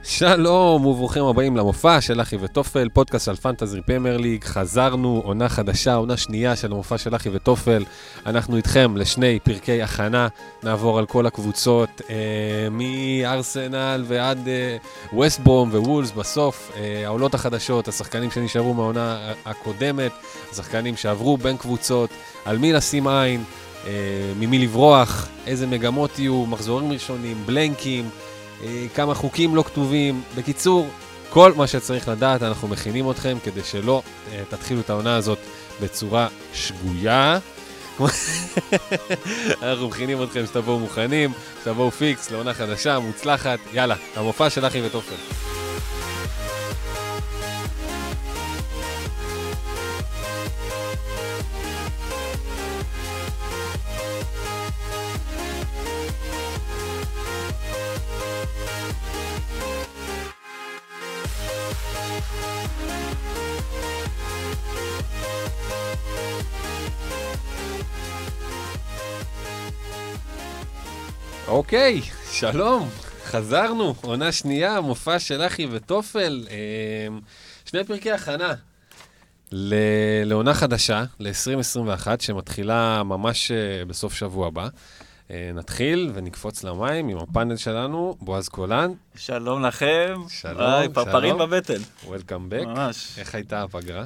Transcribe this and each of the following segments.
שלום וברוכים הבאים למופע של אחי וטופל, פודקאסט על פנטזי פרמייר ליג. חזרנו, עונה חדשה, עונה שנייה של המופע של אחי וטופל. אנחנו איתכם לשני פרקי הכנה, נעבור על כל הקבוצות, מארסנל ועד ווסט ברום ווולס בסוף, העולות החדשות, השחקנים שנשארו מהעונה הקודמת, השחקנים שעברו בין קבוצות, על מי לשים עין, ממי לברוח, איזה מגמות יהיו, מחזורים ראשונים, בלנקים, כמה חוקים לא כתובים. בקיצור, כל מה שצריך לדעת, אנחנו מכינים אתכם כדי שלא תתחילו את העונה הזאת בצורה שגויה. אנחנו מכינים אתכם שתבואו מוכנים, שתבואו פיקס לעונה חדשה, מוצלחת. יאללה, המופע של אחי וטופל. אוקיי, שלום, חזרנו, עונה שנייה, מופע של אחי וטופל, שני פרקי הכנה לעונה חדשה, ל-2021, שמתחילה ממש בסוף שבוע הבא. נתחיל ונקפוץ למים עם הפאנל שלנו, בועז קולן. שלום לכם. שלום, פרפרים בבטן. Welcome back. ממש. איך הייתה הפגרה?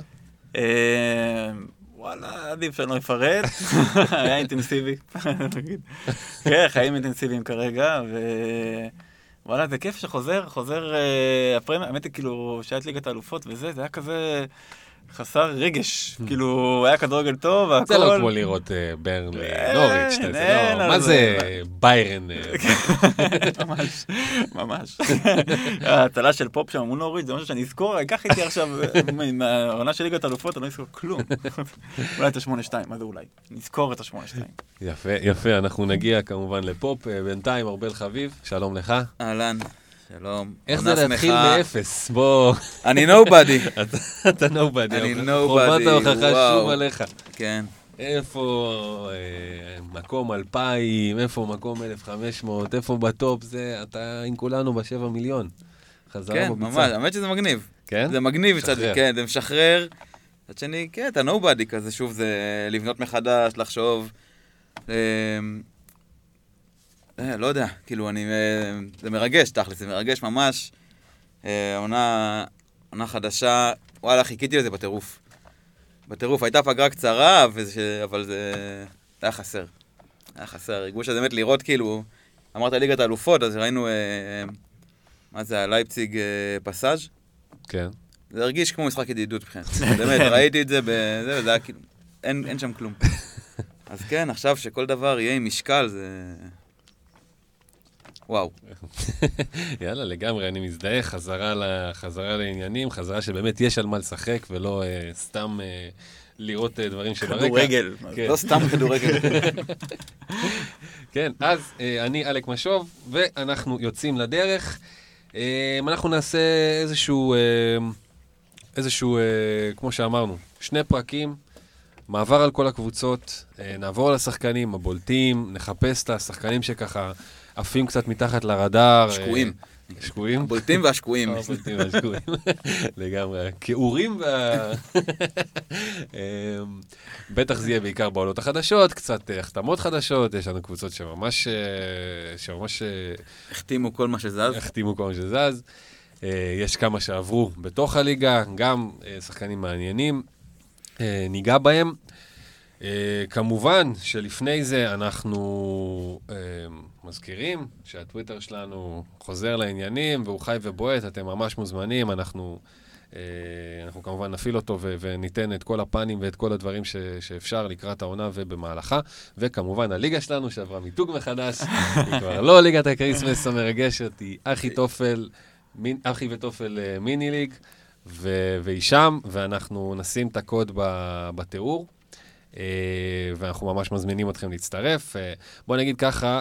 וואלה, עדיף שאני לא אפרט. היה אינטנסיבי. כן, חיים אינטנסיביים כרגע, וואלה, זה כיף שחוזר, הפרמייר, האמת היא כאילו, שעת ליגת האלופות וזה, זה היה כזה חסר רגש, כאילו, היה כדורגל טוב, והכל. זה לא כמו לראות ברנלי, נוריץ', מה זה ביירן? ממש. ההצלה של פופ שם מול נוריץ', זה משהו שאני אזכור, אקח איתי עכשיו, מהעונה של ליגת האלופות, אני לא אזכור כלום. אולי את ה-8-2, מה זה אולי? נזכור את ה-8-2. יפה, אנחנו נגיע כמובן לפופ, בינתיים ארבל חביב, שלום לך. אהלן, שלום. איך זה להתחיל מאפס? בוא. אני נובדי. אתה נובדי. אני נובדי. חובת ההוכחה שוב עליך. כן. איפה מקום 2000, איפה מקום 1500, איפה בטופ זה, אתה עם כולנו ב7 מיליון. כן, ממש, האמת שזה מגניב. כן? זה מגניב, כן, זה משחרר. עד שני, כן, אתה נובדי כזה, שוב, זה לבנות מחדש, לחשוב. לא יודע, כאילו, זה מרגש, תכל'ס, זה מרגש ממש. עונה חדשה, וואלה, חיכיתי לזה בטירוף. הייתה פגרה קצרה, אבל זה היה חסר. הריגוש הזה באמת לראות, כאילו, אמרת ליגת האלופות, אז ראינו, מה זה, לייפציג פסאז'? כן. זה הרגיש כמו משחק ידידות בכן. באמת, ראיתי את זה, וזה היה כאילו, אין שם כלום. אז כן, עכשיו שכל דבר יהיה עם משקל, זה... וואו. יאללה, לגמרי, אני מזדהה, חזרה לעניינים, חזרה שבאמת יש על מה לשחק, ולא סתם לראות דברים שברקע. כדורגל, לא סתם כדורגל. כן, אז אני אלק משוב, ואנחנו יוצאים לדרך. אנחנו נעשה איזשהו, כמו שאמרנו, שני פרקים, מעבר על כל הקבוצות, נעבור על השחקנים הבולטים, נחפש את השחקנים שככה עפים קצת מתחת לרדאר. שקועים. שקועים? הבולטים והשקועים. הבולטים והשקועים. לגמרי. כאורים בטח זה יהיה בעיקר בעולות החדשות, קצת החתמות חדשות, יש לנו קבוצות שממש החתימו כל מה שזז. יש כמה שעברו בתוך הליגה, גם שחקנים מעניינים. ניגע בהם. כמובן שלפני זה אנחנו מזכירים שהטוויטר שלנו חוזר לעניינים והוא חי ובועט, אתם ממש מוזמנים, אנחנו כמובן נפיל אותו וניתן את כל הפנים ואת כל הדברים שאפשר לקראת העונה ובמהלכה, וכמובן הליגה שלנו שעברה מיתוג מחדש, היא כבר לא ליגת הקריסמס המרגשת, היא אחי וטופל מיני ליג, והיא שם, ואנחנו נשים את הקוד בתיאור. ואנחנו ממש מזמינים אתכם להצטרף. בוא נגיד ככה,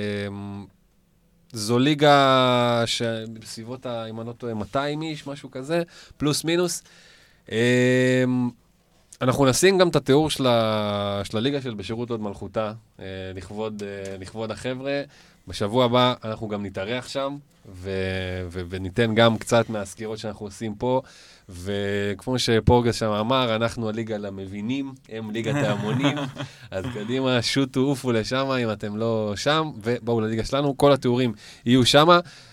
זו ליגה שבסביבות, אם אני לא טועה, 200 איש, משהו כזה, פלוס מינוס. אנחנו נשים גם את התיאור של הליגה של בשירות עוד מלכותה, לכבוד החבר'ה. בשבוע הבא אנחנו גם נתארח שם, וניתן גם קצת מהסקירות שאנחנו עושים פה, וכמו שפורגס שם אמר, אנחנו הליגה למבינים, הם ליגת ההמונים, אז קדימה, שוטו, עופו לשם אם אתם לא שם, ובואו לליגה שלנו, כל התיאורים יהיו שם.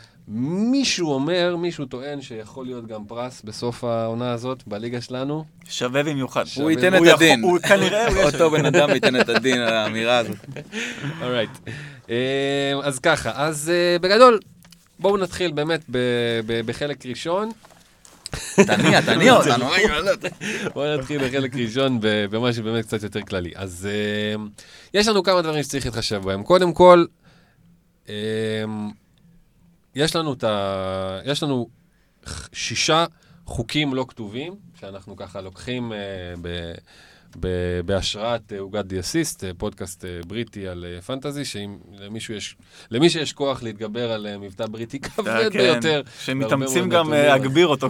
מישהו טוען שיכול להיות גם פרס בסוף העונה הזאת בליגה שלנו. שווה במיוחד. הוא ייתן את הדין. הוא כנראה... אותו בן אדם ייתן את הדין על האמירה הזאת. Alright. אז ככה, אז בגדול, בואו נתחיל באמת בחלק ראשון. תניע אותנו. בואו נתחיל בחלק ראשון במשהו באמת קצת יותר כללי. אז יש לנו כמה דברים שצריך להתחשב בהם. קודם כל, יש לנו 6 חוקים לא כתובים, שאנחנו ככה לוקחים בהשראת עוגת דיאסיסט, פודקאסט בריטי על פנטזי, למי שיש כוח להתגבר על מבטא בריטי כבד ביותר. שמתאמצים גם להגביר אותו.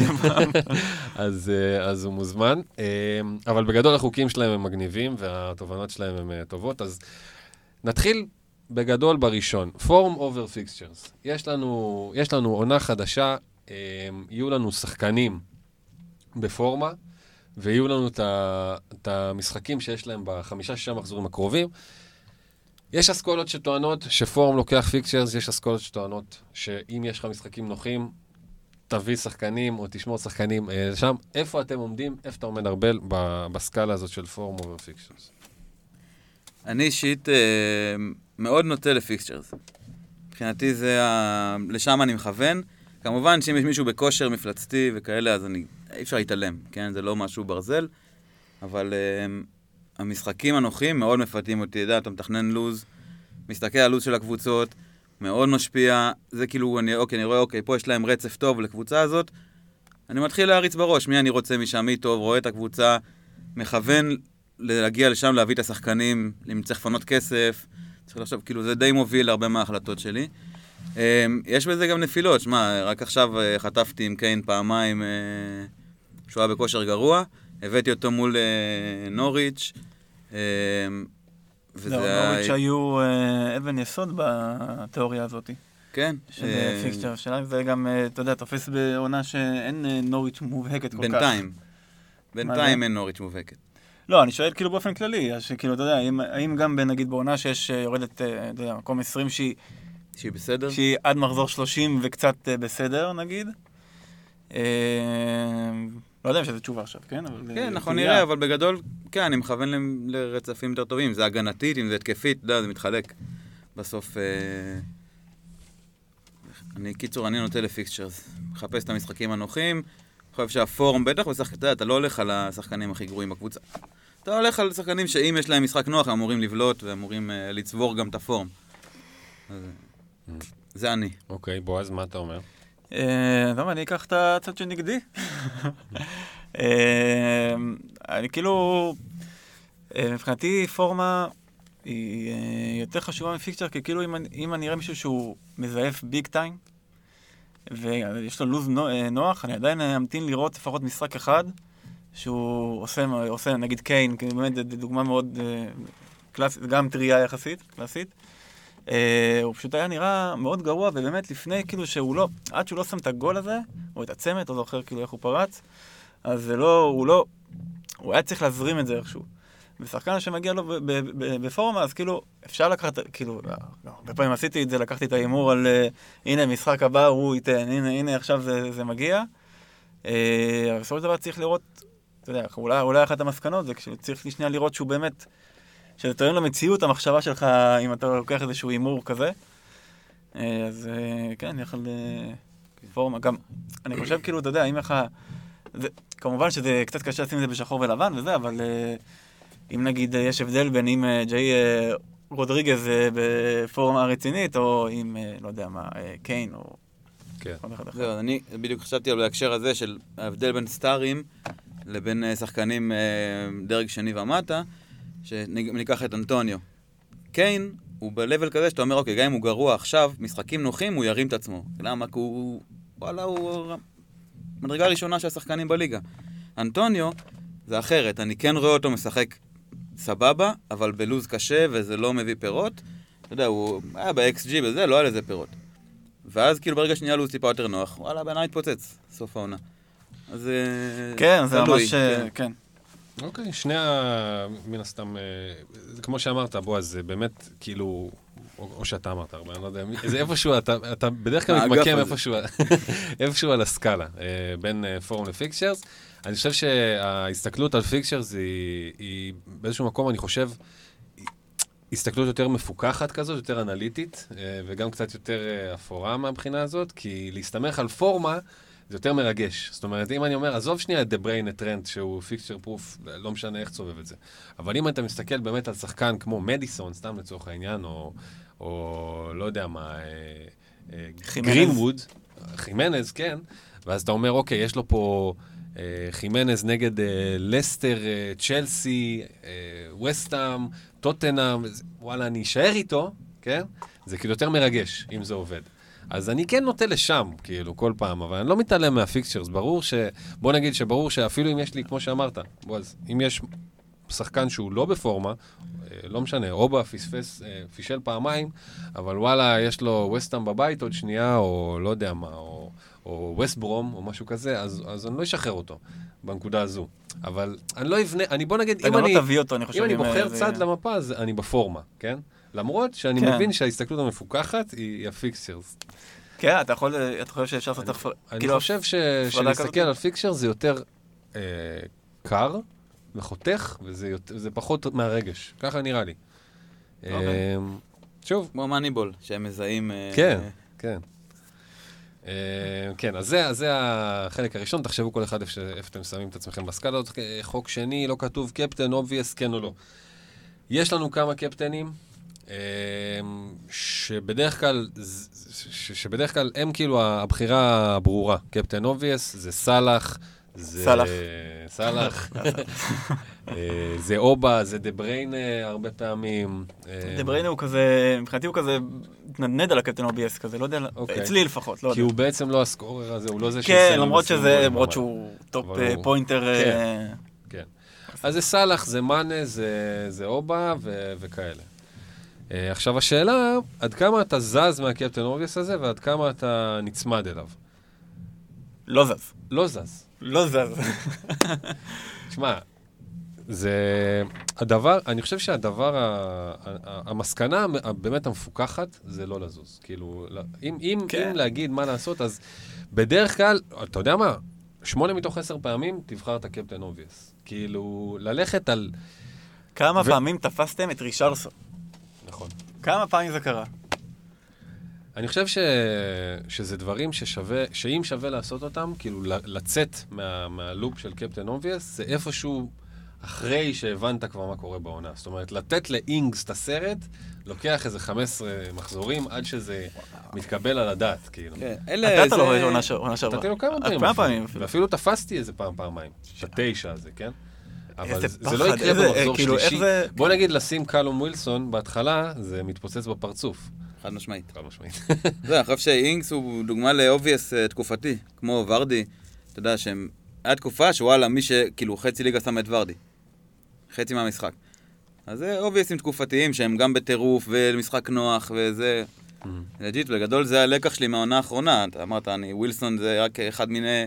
אז הוא מוזמן. אבל בגדול החוקים שלהם הם מגניבים, והתובנות שלהם הם טובות. אז נתחיל בגדול בראשון. Form over fixtures. יש לנו עונה חדשה, יהיו לנו שחקנים בפורמה, ויהיו לנו את המשחקים שיש להם ב5-6 מחזורים הקרובים. יש אסכולות שטוענות שפורם לוקח פיקצ'רס, יש אסכולות שטוענות שאם יש לך משחקים נוחים, תביא שחקנים או תשמור שחקנים שם. איפה אתם עומדים? איפה אתה עומד ארבל בסקאלה הזאת של פורם אובר פיקצ'רס? אני אישית מאוד נוטה לפיקצ'רס. מבחינתי לשם אני מכוון. כמובן שאם יש מישהו בכושר מפלצתי וכאלה, אז אי אפשר להתעלם, כן? זה לא משהו ברזל, אבל המשחקים הנוחים מאוד מפתים אותי. אתה מתכנן לוז, מסתכל על לוז של הקבוצות, מאוד משפיע. זה כאילו, אני רואה, פה יש להם רצף טוב לקבוצה הזאת. אני מתחיל להריץ בראש, מי אני רוצה משם, מי טוב, רואה את הקבוצה, מכוון להגיע לשם, להביא את השחקנים, אם צריך לפנות כסף. צריך לחשוב, כאילו, זה די מוביל להרבה מההחלטות שלי. יש בזה גם נפילות, שמה, רק עכשיו חטפתי עם קיין פעמיים שהוא היה בכושר גרוע, הבאתי אותו מול נוריץ'. נוריץ' היו אבן יסוד בתיאוריה הזאת. כן. של פיקצ'ר שלהם, וגם, אתה יודע, תופס בעונה שאין נוריץ' מובהקת כל כך. בינתיים אין נוריץ' מובהקת. לא, אני שואל כאילו באופן כללי, שכאילו, אתה יודע, האם גם נגיד בעונה שיש יורדת, אתה יודע, מקום 20 שהיא בסדר? שהיא עד מחזור 30 וקצת בסדר, נגיד. לא יודע אם שזה תשובה עכשיו, כן? כן, אנחנו נראה, אבל בגדול, כן, אני מכוון לרצפים יותר טובים. זה הגנתית, אם זה התקפית, זה מתחלק. בסוף, אני נוטה לפיקצ'רס. מחפש את המשחקים הנוחים, חושב שהפורם, בטח אתה לא הולך על השחקנים הכי גרועים בקבוצה. אתה הולך על שחקנים שאם יש להם משחק נוח, הם אמורים לבלוט ואמורים לצבור גם את הפורם. זה אני. אוקיי, בועז, מה אתה אומר? טוב, אני אקח את הצד שנגדי. אני כאילו, מבחינתי פורמה היא יותר חשובה מפיקצ'ר, כי כאילו אם אני אראה מישהו שהוא מזייף ביג טיים, ויש לו לוז נוח, אני עדיין אמתין לראות לפחות משחק אחד, שהוא עושה נגיד קיין, כי באמת זו דוגמה מאוד קלאסית, גם טריה יחסית, קלאסית. הוא פשוט היה נראה מאוד גרוע, ובאמת לפני כאילו שהוא לא, עד שהוא לא שם את הגול הזה, או את הצמת, או זוכר כאילו איך הוא פרץ, אז זה לא, הוא היה צריך להזרים את זה איכשהו. ושחקן שמגיע לו בפורמה, אז כאילו אפשר לקחת, כאילו, הרבה פעמים עשיתי את זה, לקחתי את האימור על, הנה משחק הבא, הוא ייתן, הנה עכשיו זה מגיע. אבל בסופו של דבר צריך לראות, אתה יודע, אולי אחת המסקנות, זה כשצריך שנייה לראות שהוא באמת, שזה תואם למציאות המחשבה שלך, אם אתה לוקח איזשהו אימור כזה. אז כן, יכול פורמה. גם, אני חושב כאילו, אתה יודע, אם לך, כמובן שזה קצת קשה לשים את זה בשחור ולבן וזה, אבל אם נגיד יש הבדל בין אם ג'יי רודריגז בפורמה רצינית, או אם, לא יודע מה, קיין, או... כן. אני בדיוק חשבתי על ההקשר הזה של ההבדל בין סטארים לבין שחקנים דרג שני ומטה, שניקח את אנטוניו. קיין הוא בלבל כזה שאתה אומר, אוקיי, גם אם הוא גרוע עכשיו, משחקים נוחים, הוא ירים את עצמו. למה? כי הוא מדרגה ראשונה של השחקנים בליגה. אנטוניו, זה אחרת. אני כן רואה אותו משחק סבבה, אבל בלוז קשה וזה לא מביא פירות. אתה יודע, הוא היה ב-XG וזה, לא היה לזה פירות. ואז כאילו ברגע שנייה לוז טיפה יותר נוח, וואלה, בעיניי התפוצץ, סוף העונה. אז כן, זה ממש, כן. אוקיי, מן הסתם, כמו שאמרת, בועז, זה באמת, כאילו, או שאתה אמרת הרבה, אני לא יודע, זה איפשהו, אתה בדרך כלל מתמקם איפשהו על הסקאלה, בין פורום לפיקצ'רס. אני חושב שההסתכלות על פיקצ'רס היא באיזשהו מקום, אני חושב, הסתכלות יותר מפוקחת כזאת, יותר אנליטית, וגם קצת יותר אפורה מהבחינה הזאת, כי להסתמך על פורמה, זה יותר מרגש. זאת אומרת, אם אני אומר, עזוב שנייה את דבריין טרנד, שהוא פיקצ'ר פרוף, לא משנה איך צובב את זה. אבל אם אתה מסתכל באמת על שחקן כמו מדיסון, סתם לצורך העניין, או לא יודע מה, גרינווד, חימנז, כן, ואז אתה אומר, אוקיי, יש לו פה חימנז נגד לסטר, צ'לסי, וסטהאם, טוטנהאם, וואלה, אני אשאר איתו, כן? זה כאילו יותר מרגש, אם זה עובד. אז אני כן נוטה לשם, כאילו, כל פעם, אבל אני לא מתעלם מהפיקצ'רס. בוא נגיד שברור שאפילו אם יש לי, כמו שאמרת, בועז, אם יש שחקן שהוא לא בפורמה, לא משנה, אובה פישל פעמיים, אבל וואלה, יש לו וסטהאם בבית עוד שנייה, או לא יודע מה, או וסטברום, או משהו כזה, אז אני לא אשחרר אותו בנקודה הזו. אבל אני לא אבנה, בוא נגיד, אם אני בוחר צד למפה, אז אני בפורמה, כן? למרות שאני מבין שההסתכלות המפוקחת היא הפיקצ'רס. כן, אתה חושב שאפשר לעשות... אני חושב שלהסתכל על פיקצ'רס זה יותר קר וחותך, וזה פחות מהרגש. ככה נראה לי. שוב. כמו מניבול, שהם מזהים... כן, כן. כן, אז זה החלק הראשון. תחשבו כל אחד איפה אתם שמים את עצמכם בסקאלה. חוק שני, לא כתוב קפטן, אובייס, כן או לא. יש לנו כמה קפטנים. שבדרך כלל הם כאילו הבחירה הברורה. קפטן אובייס, זה סלאח, זה אובה, זה דבריין הרבה פעמים. דבריין הוא כזה, מבחינתי הוא כזה נדנד על הקפטן אובייס כזה, לא יודע, אצלי לפחות, לא יודע. כי הוא בעצם לא הסקורר הזה, הוא לא זה כן, למרות שהוא טופ פוינטר. כן. אז זה סלאח, זה מאנה, זה אובה וכאלה. עכשיו השאלה, עד כמה אתה זז מהקפטן אובייס הזה, ועד כמה אתה נצמד אליו? לא זז. לא זז. תשמע, זה הדבר, אני חושב שהדבר, המסקנה באמת המפוקחת, זה לא לזוז. כאילו, אם להגיד מה לעשות, אז בדרך כלל, אתה יודע מה? 8 מתוך 10 פעמים תבחר את הקפטן אובייס. כאילו, ללכת על... כמה פעמים תפסתם את רישרסון? נכון. כמה פעמים זה קרה? אני חושב שזה דברים שאם שווה לעשות אותם, כאילו לצאת מהלופ של קפטן אובייס, זה איפשהו אחרי שהבנת כבר מה קורה בעונה. זאת אומרת, לתת לאינגס את הסרט, לוקח איזה 15 מחזורים עד שזה מתקבל על הדעת, כאילו. אתה לא רואה עונה שעברה. נתתי לו כמה פעמים. ואפילו תפסתי איזה פעמיים. ב9 הזה, כן? אבל זה לא יקרה במחזור שלישי. בוא נגיד לשים קלום ווילסון בהתחלה, זה מתפוצץ בפרצוף. חד משמעית. אני חושב שאינגס הוא דוגמה לאובייס תקופתי, כמו ורדי. אתה יודע שהם... היה תקופה שוואלה, מי שכאילו חצי ליגה שם את ורדי. חצי מהמשחק. אז זה אובייסים תקופתיים שהם גם בטירוף ומשחק נוח וזה... לג'יט, בגדול זה הלקח שלי מהעונה האחרונה. אתה אמרת, ווילסון זה רק אחד מיני...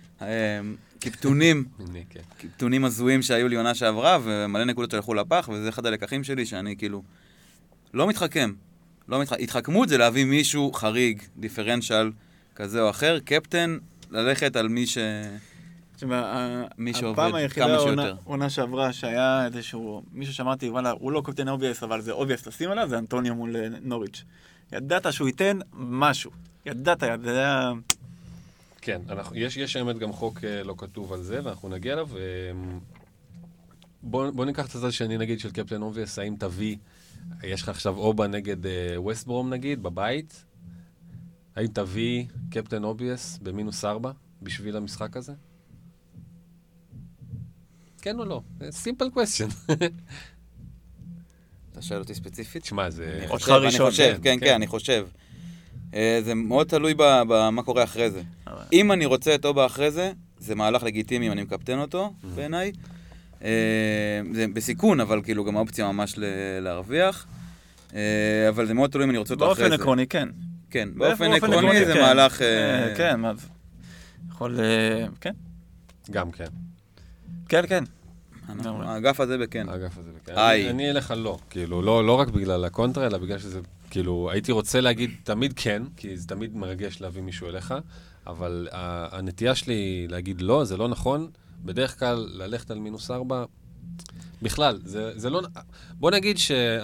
קיפטונים הזויים שהיו לי עונה שעברה, ומלא נקודות שהלכו לפח, וזה אחד הלקחים שלי שאני כאילו לא מתחכם. התחכמות זה להביא מישהו חריג, דיפרנציאל כזה או אחר, קפטן, ללכת על מי שעובד כמה שיותר. עונה שעברה שהיה איזשהו, מישהו שאמרתי, וואלה, הוא לא קפטן אובייס, אבל זה אובייס לשים עליו, זה אנטוניו מול נוריץ'. ידעת שהוא ייתן משהו. ידעת. כן, יש האמת גם חוק לא כתוב על זה, ואנחנו נגיע אליו. בוא ניקח את הצד שאני נגיד של קפטן אובייס, האם תביא, יש לך עכשיו אובה נגד ווסטברום נגיד, בבית, האם תביא קפטן אובייס ב-4 בשביל המשחק הזה? כן או לא? simple question. אתה שואל אותי ספציפית? תשמע, זה... אני חושב. זה מאוד תלוי במה קורה אחרי זה. אם אני רוצה את אובה אחרי זה, זה מהלך לגיטימי אם אני מקפטן אותו, בעיניי. זה בסיכון, אבל כאילו גם האופציה ממש להרוויח. אבל זה מאוד תלוי אם אני רוצה אותו אחרי זה. באופן עקרוני, כן. כן, באופן עקרוני זה מהלך... כן, מה זה? יכול... כן. גם כן. כן, כן. האגף הזה בכן. האגף הזה בכן. אני אלך על לא. כאילו, לא רק בגלל הקונטרה, אלא בגלל שזה... כאילו, הייתי רוצה להגיד תמיד כן, כי זה תמיד מרגש להביא מישהו אליך, אבל הנטייה שלי להגיד לא, זה לא נכון. בדרך כלל, ללכת על -4, בכלל, זה לא... בוא נגיד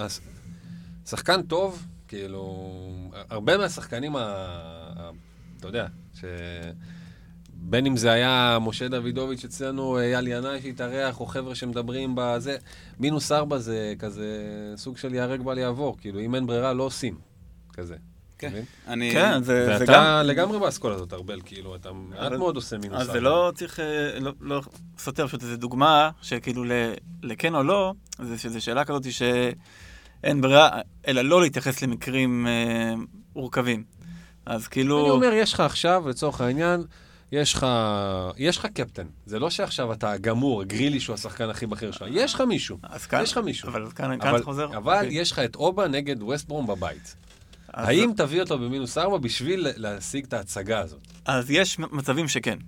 ששחקן טוב, כאילו, הרבה מהשחקנים, אתה יודע, בין אם זה היה משה דוידוביץ' אצלנו, אייל ינאי שהתארח, או חבר'ה שמדברים בזה, -4 זה כזה סוג של יהרג בל יעבור, כאילו, אם אין ברירה, לא עושים, כזה. כן, כן, זה גם... ואתה לגמרי באסכולה הזאת, ארבל, כאילו, אתה מעט מאוד עושה -4. אז זה לא צריך, לא סותר, פשוט איזו דוגמה, שכאילו לכן או לא, זו שאלה כזאת שאין ברירה, אלא לא להתייחס למקרים מורכבים. אז כאילו... אני אומר, יש לך עכשיו, לצורך העניין, יש לך קפטן. זה לא שעכשיו אתה גמור, גרילי שהוא השחקן הכי בכיר שלך. יש לך מישהו. יש לך מישהו. אבל כאן אתה חוזר. אבל יש לך את אובה נגד ווסטברום בבית. האם תביא אותו ב-4 בשביל להשיג את ההצגה הזאת? אז יש מצבים שכן.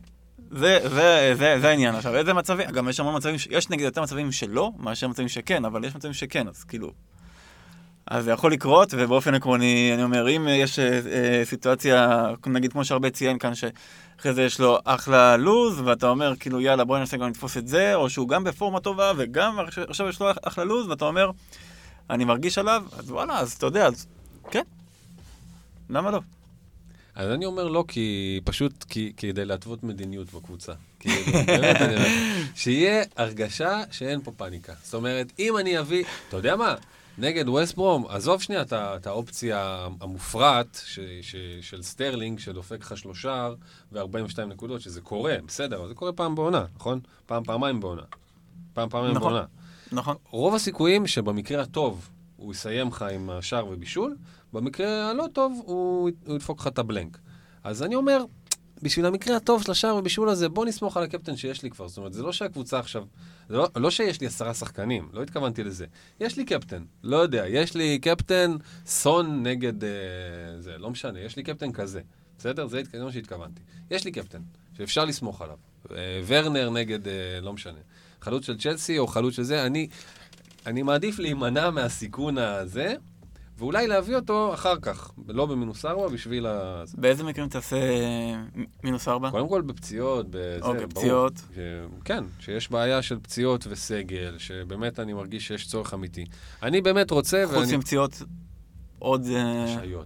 זה העניין. עכשיו, איזה מצבים? גם יש המון מצבים, יש נגיד יותר מצבים שלא, מאשר מצבים שכן, אבל יש מצבים שכן, אז כאילו... אז זה יכול לקרות, ובאופן עקרוני, אני אומר, אם יש סיטואציה, נגיד כמו שהרבה ציין כאן, שאחרי זה יש לו אחלה לוז, ואתה אומר, כאילו, יאללה, בואי ננסה גם לתפוס את זה, או שהוא גם בפורמה טובה, וגם עכשיו יש לו אחלה לוז, ואתה אומר, אני מרגיש עליו, אז וואלה, אז אתה יודע, אז כן. למה לא? אז אני אומר לא, כי פשוט כדי להתוות מדיניות בקבוצה. באמת, שיהיה הרגשה שאין פה פאניקה. זאת אומרת, אם אני אביא, אתה יודע מה? נגד ווסטברום, עזוב שנייה את האופציה המופרעת של סטרלינג, שדופק לך 3 ו-42 נקודות, שזה קורה, בסדר, זה קורה פעם בעונה, נכון? פעמיים בעונה. פעמיים בעונה. נכון. רוב הסיכויים שבמקרה הטוב הוא יסיים לך עם השער ובישול, במקרה הלא טוב הוא ידפוק לך את הבלנק. אז אני אומר, בשביל המקרה הטוב של השער ובישול הזה, בוא נסמוך על הקפטן שיש לי כבר. זאת אומרת, זה לא שהקבוצה עכשיו, זה לא שיש לי 10 שחקנים, לא התכוונתי לזה. יש לי קפטן, לא יודע, יש לי קפטן סון נגד זה, לא משנה, יש לי קפטן כזה. בסדר? זה מה שהתכוונתי. יש לי קפטן, שאפשר לסמוך עליו. ורנר נגד, לא משנה. חלוץ של צ'לסי או חלוץ של זה, אני מעדיף להימנע מהסיכון הזה, ואולי להביא אותו אחר כך, לא ב-4 בשביל באיזה מקרים תעשה -4? קודם כל בפציעות, אוקיי, פציעות. כן, שיש בעיה של פציעות וסגל, שבאמת אני מרגיש שיש צורך אמיתי. אני באמת רוצה... חוץ עם פציעות עוד... השעיות.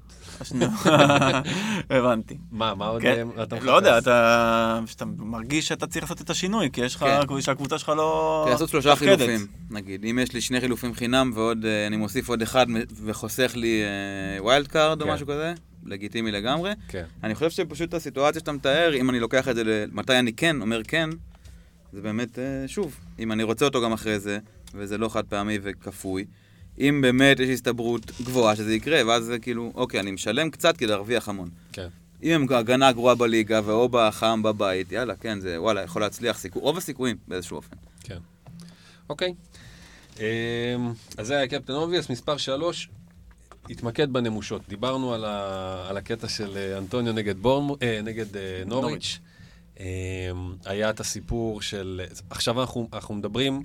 הבנתי. מה עוד אתה מחפש? לא יודע, אתה מרגיש שאתה צריך לעשות את השינוי, כי יש לך, שהקבוצה שלך לא... לעשות 3 חילופים, נגיד. אם יש לי 2 חילופים חינם, ועוד אני מוסיף עוד 1 וחוסך לי ווילד קארד או משהו כזה, לגיטימי לגמרי. אני חושב שפשוט הסיטואציה שאתה מתאר, אם אני לוקח את זה מתי אני כן, אומר כן, זה באמת, שוב, אם אני רוצה אותו גם אחרי זה, וזה לא חד פעמי וכפוי, אם באמת יש הסתברות גבוהה שזה יקרה, ואז זה כאילו, אוקיי, אני משלם קצת כדי להרוויח המון. כן. אם הם הגנה גרועה בליגה, ואו בחם בבית, יאללה, כן, זה, וואלה, יכול להצליח רוב הסיכויים באיזשהו אופן. כן. אוקיי. אז זה היה קפטן אובייס, מספר 3, התמקד בנמושות. דיברנו על הקטע של אנטוניו נגד נוריץ'. היה את הסיפור של, עכשיו אנחנו מדברים,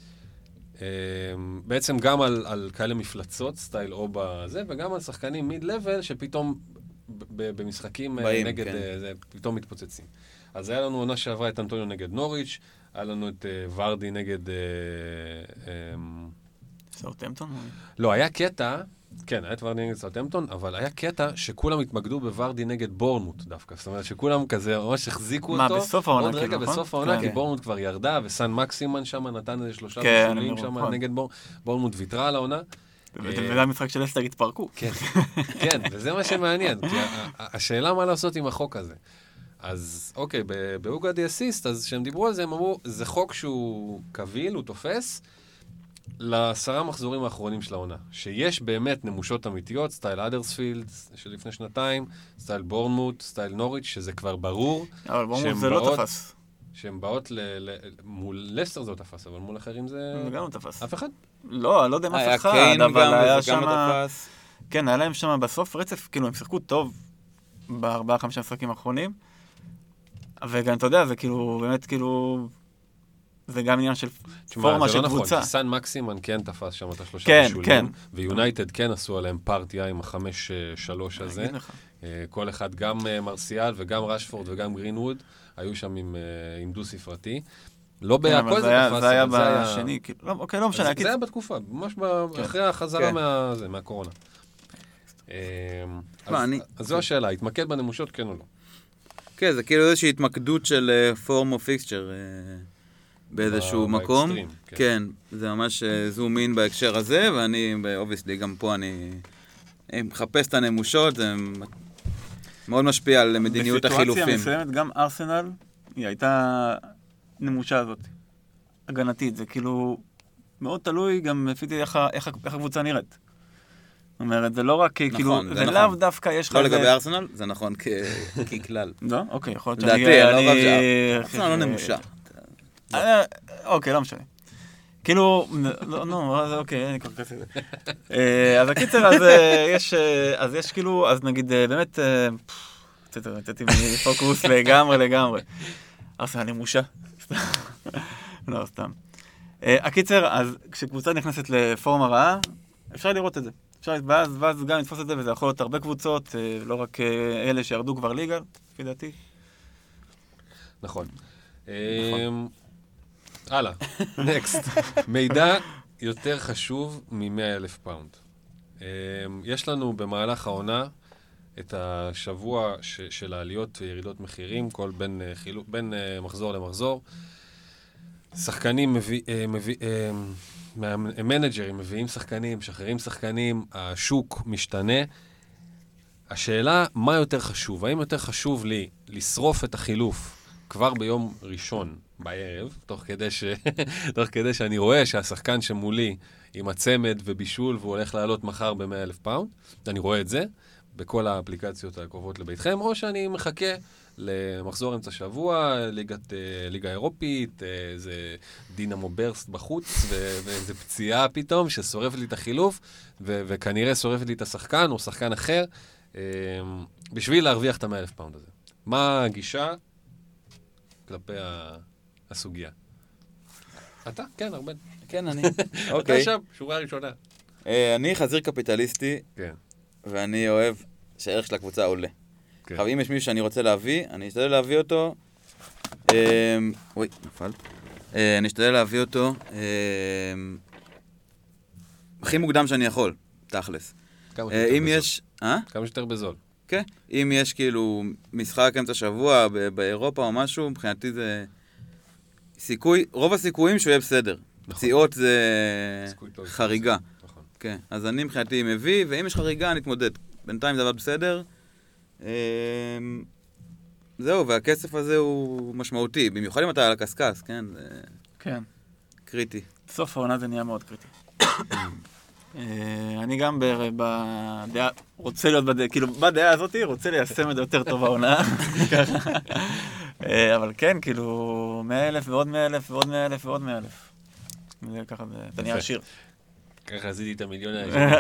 בעצם גם על כאלה מפלצות, סטייל או בזה, וגם על שחקנים מיד-לבל שפתאום במשחקים נגד זה, פתאום מתפוצצים. אז היה לנו עונה שעברה את אנטוניו נגד נוריץ', היה לנו את ורדי נגד... סאות'המפטון? לא, היה קטע, כן, היה את ורדי נגד סאות'המפטון, אבל היה קטע שכולם התמקדו בוורדי נגד בורנמוט דווקא. זאת אומרת שכולם כזה ממש החזיקו אותו. מה, בסוף העונה? עוד רגע, בסוף העונה, כי בורנמוט כבר ירדה, וסן מקסימן שם נתן איזה 3 בישולים שם נגד בורנמוט ויתרה על העונה. וזה המשחק של אסטר התפרקו. כן, כן, וזה מה שמעניין. כי השאלה מה לעשות עם החוק הזה. אז אוקיי, באוגה די אסיסט, אז כשהם דיברו על זה, הם אמרו, זה חוק שהוא קביל, הוא תופס, ל10 מחזורים האחרונים של העונה. שיש באמת נמושות אמיתיות, סטייל אדרספילד של לפני 2 סטייל בורנמוט, סטייל נוריץ', שזה כבר ברור. אבל בורנמוט זה לא תפס. שהן באות מול לסטר זה לא תפס, אבל מול אחרים זה... זה גם לא תפס. אף אחד? לא, אני לא יודע אם היה אף אחד, קיין אבל גם, היה וזה גם שם... לא תפס. כן, היה להם שם בסוף רצף, כאילו, הם שיחקו טוב ב4-5 משחקים האחרונים, וגם, אתה יודע, זה כאילו, באמת, כאילו... זה גם עניין של פורמה של זה לא נכון, קבוצה. כי סן מקסימן כן תפס שם את השלושה כן, בישולים, כן. ויונייטד כן עשו עליהם פארטיה עם 5-3 הזה. אגיד לך. כל אחד, גם מרסיאל וגם רשפורד וגם גרינווד, היו שם עם דו-ספרתי. לא כן, בהכל אבל זה תפס, זה היה אבל זה היה... בשני, כאילו, לא, אוקיי, לא משנה. זה היה בתקופה, ממש אחרי החזרה מהקורונה. אז זו השאלה, התמקד בנמושות, כן או לא? כן, זה כאילו איזושהי התמקדות של פורם או פיקסצ'ר באיזשהו מקום. כן, זה ממש זום אין בהקשר הזה, ואני, אובייסלי, גם פה אני מחפש את הנמושות, זה מאוד משפיע על מדיניות החילופים. בסיטואציה מסוימת, גם ארסנל, היא הייתה נמושה הזאת, הגנתית, זה כאילו מאוד תלוי גם לפי איך הקבוצה נראית. זאת אומרת, זה לא רק כאילו, זה לאו דווקא יש לך... לא לגבי ארסנל, זה נכון ככלל. לא? אוקיי, יכול להיות שאני... ארסנל לא נמושה. אוקיי, לא משנה. כאילו, לא, אוקיי, אני כבר כזה. אז הקיצר, אז יש כאילו, אז נגיד, באמת, יצאתי מפוקוס לגמרי. ארסנל נמושה. לא, סתם. הקיצר, אז כשקבוצה נכנסת לפורמה רעה, אפשר לראות את זה. ואז גם לתפוס את זה, וזה יכול להיות הרבה קבוצות, לא רק אלה שירדו כבר ליגה, לפי דעתי. נכון. הלאה, נקסט. מידע יותר חשוב מ100,000 פאונד. יש לנו במהלך העונה את השבוע של העליות וירידות מחירים, כל בין מחזור למחזור. שחקנים מנג'רים מביאים שחקנים, משחררים שחקנים, השוק משתנה. השאלה, מה יותר חשוב? האם יותר חשוב לי לשרוף את החילוף כבר ביום ראשון בערב, תוך כדי שאני רואה שהשחקן שמולי עם הצמד ובישול והוא הולך לעלות מחר ב100,000 פאונד, אני רואה את זה בכל האפליקציות הקרובות לביתכם, או שאני מחכה למחזור אמצע שבוע, ליגה אירופית, איזה דינמו ברסט בחוץ, ואיזה פציעה פתאום ששורפת לי את החילוף, וכנראה שורפת לי את השחקן או שחקן אחר, בשביל להרוויח את ה100,000 פאונד הזה. מה הגישה כלפי הסוגיה? אתה? כן, ארבן. כן, אני. אתה שם, שורה ראשונה. אני חזיר קפיטליסטי, ואני אוהב שהערך של הקבוצה עולה. עכשיו, אם יש מישהו שאני רוצה להביא, אני אשתדל להביא אותו... אוי, נפל. אני אשתדל להביא אותו הכי מוקדם שאני יכול, תכלס. אם יש... כמה שיותר בזול. כן. אם יש כאילו משחק אמצע שבוע באירופה או משהו, מבחינתי זה סיכוי, רוב הסיכויים שהוא יהיה בסדר. פציעות זה חריגה. כן. אז אני מבחינתי מביא, ואם יש חריגה אני אתמודד. בינתיים זה עבד בסדר. זהו, והכסף הזה הוא משמעותי, במיוחד אם אתה על הקסקס, כן? כן. קריטי. סוף העונה זה נהיה מאוד קריטי. אני גם בדעה, רוצה להיות בדעה, כאילו בדעה הזאת רוצה ליישם את זה יותר טוב העונה. אבל כן, כאילו 100,000 ועוד 100,000 ועוד 100,000 ועוד 100,000. זה ככה, אתה נהיה עשיר. ככה עשיתי את המיליון האלה.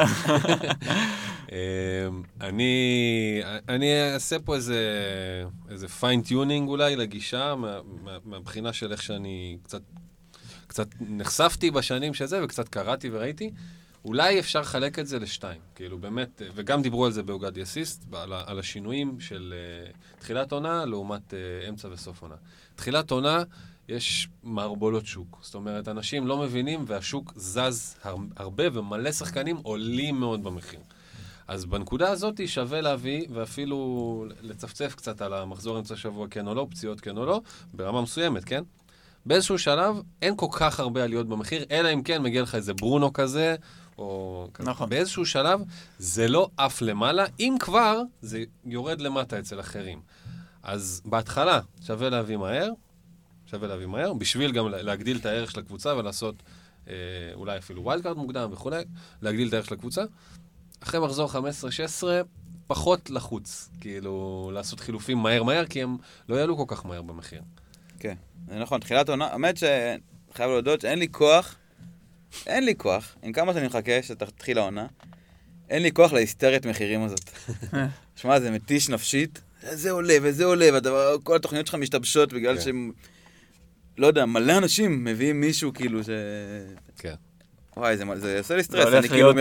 אני אעשה פה איזה פיין-טיונינג אולי לגישה, מהבחינה של איך שאני קצת נחשפתי בשנים שזה, וקצת קראתי וראיתי. אולי אפשר לחלק את זה לשתיים, כאילו באמת, וגם דיברו על זה באוגדי אסיסט, על השינויים של תחילת עונה לעומת אמצע וסוף עונה. תחילת עונה, יש מערבולות שוק. זאת אומרת, אנשים לא מבינים והשוק זז הרבה ומלא שחקנים עולים מאוד במחיר. אז בנקודה הזאת שווה להביא ואפילו לצפצף קצת על המחזור אמצע שבוע כן או לא, פציעות כן או לא, ברמה מסוימת, כן? באיזשהו שלב אין כל כך הרבה עליות במחיר, אלא אם כן מגיע לך איזה ברונו כזה, או נכון. באיזשהו שלב זה לא אף למעלה, אם כבר זה יורד למטה אצל אחרים. אז בהתחלה שווה להביא מהר, בשביל גם להגדיל את הערך של הקבוצה ולעשות אולי אפילו ווילד קארד מוקדם וכו', להגדיל את הערך של הקבוצה. אחרי מחזור 15-16, פחות לחוץ, כאילו לעשות חילופים מהר, כי הם לא יעלו כל כך מהר במחיר. כן, זה נכון, תחילת עונה, האמת שחייב להודות שאין לי כוח, עם כמה שאני מחכה שתתחיל העונה, אין לי כוח להיסטריית מחירים הזאת. שמע, זה מתיש נפשית, זה עולה וזה עולה, וכל התוכניות שלך משתבשות בגלל שהם, לא יודע, מלא אנשים מביאים מישהו כאילו ש... כן. וואי, זה עושה לי סטרס, אני כאילו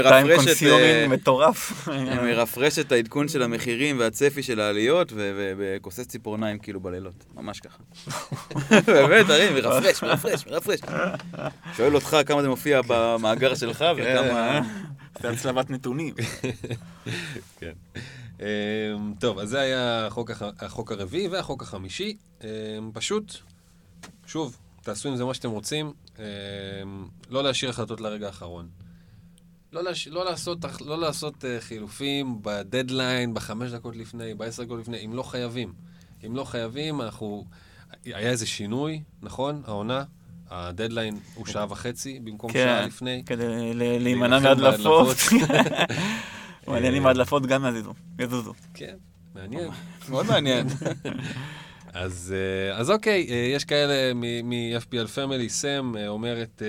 מרפרש את העדכון של המחירים והצפי של העליות, וכוסס ציפורניים כאילו בלילות, ממש ככה. באמת, הרי, מרפרש. שואל אותך כמה זה מופיע במאגר שלך, וכמה... זה הצלבת נתונים. כן. טוב, אז זה היה החוק הרביעי והחוק החמישי. פשוט, שוב, תעשו עם זה מה שאתם רוצים, לא להשאיר החלטות לרגע האחרון. לא לעשות חילופים בדדליין, ב5 דקות לפני, ב10 דקות לפני, אם לא חייבים, היה איזה שינוי, נכון? העונה, הדדליין הוא שעה וחצי במקום שעה לפני. כדי להימנע מהדלפות. מעניינים מהדלפות גם יזוזו. כן, מעניין. מאוד מעניין. אז אוקיי, יש כאלה מ-FPL Family, סם אומרת,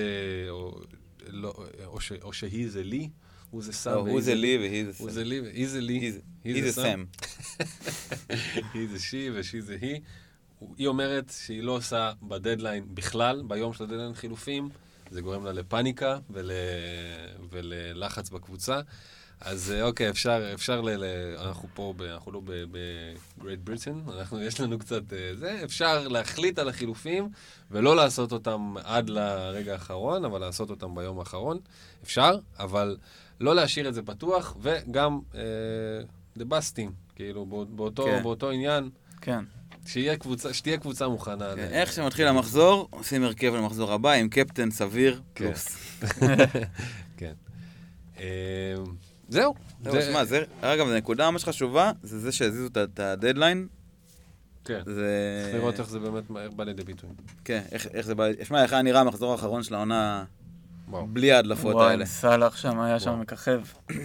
או שהיא זה לי, הוא זה סם. הוא זה לי והיא זה סם. הוא זה לי והיא זה לי. היא זה סם. היא זה שי ושי זה היא. היא אומרת שהיא לא עושה בדדליין בכלל, ביום של הדדליין חילופים, זה גורם לה לפאניקה וללחץ בקבוצה. אז אוקיי, אפשר אנחנו פה, אנחנו לא ב-Great Britain, יש לנו קצת זה, אפשר להחליט על החילופים, ולא לעשות אותם עד לרגע האחרון, אבל לעשות אותם ביום האחרון. אפשר, אבל לא להשאיר את זה פתוח, וגם לבסטים, כאילו, באותו עניין. כן. שתהיה קבוצה מוכנה. איך שמתחיל המחזור, עושים הרכב למחזור הבא, עם קפטן סביר, פלוס. כן. זהו. אגב, הנקודה ממש חשובה, זה שהזיזו את הדדליין. כן. צריך לראות איך זה באמת בא לידי ביטוי. כן, איך זה בא... ישמע, איך היה נראה המחזור האחרון של העונה בלי ההדלפות האלה. וואי, סלח שם, היה שם מככב.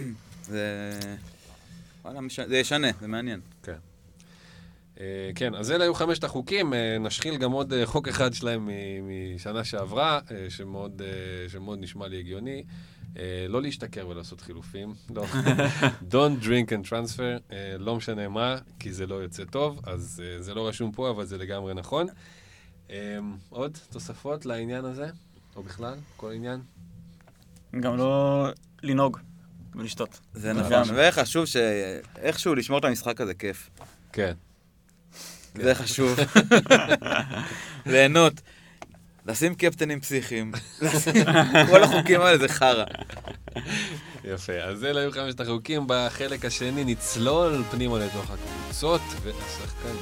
זה ישנה, זה מעניין. כן. כן, אז אלה היו 5 החוקים, נשחיל גם עוד חוק אחד שלהם משנה שעברה, שמאוד נשמע לי הגיוני. לא להשתכר ולעשות חילופים, לא. Don't drink and transfer, לא משנה מה, כי זה לא יוצא טוב, אז זה לא רשום פה, אבל זה לגמרי נכון. עוד תוספות לעניין הזה, או בכלל, כל עניין? גם לא לנהוג ולשתות. זה נכון, וחשוב שאיכשהו לשמור את המשחק הזה כיף. כן. זה חשוב. ליהנות. לשים קפטנים פסיכיים. כל החוקים האלה זה חרה. יפה, אז אלה היו 5 החוקים. בחלק השני נצלול פנימה לתוך הקבוצות והשחקנים.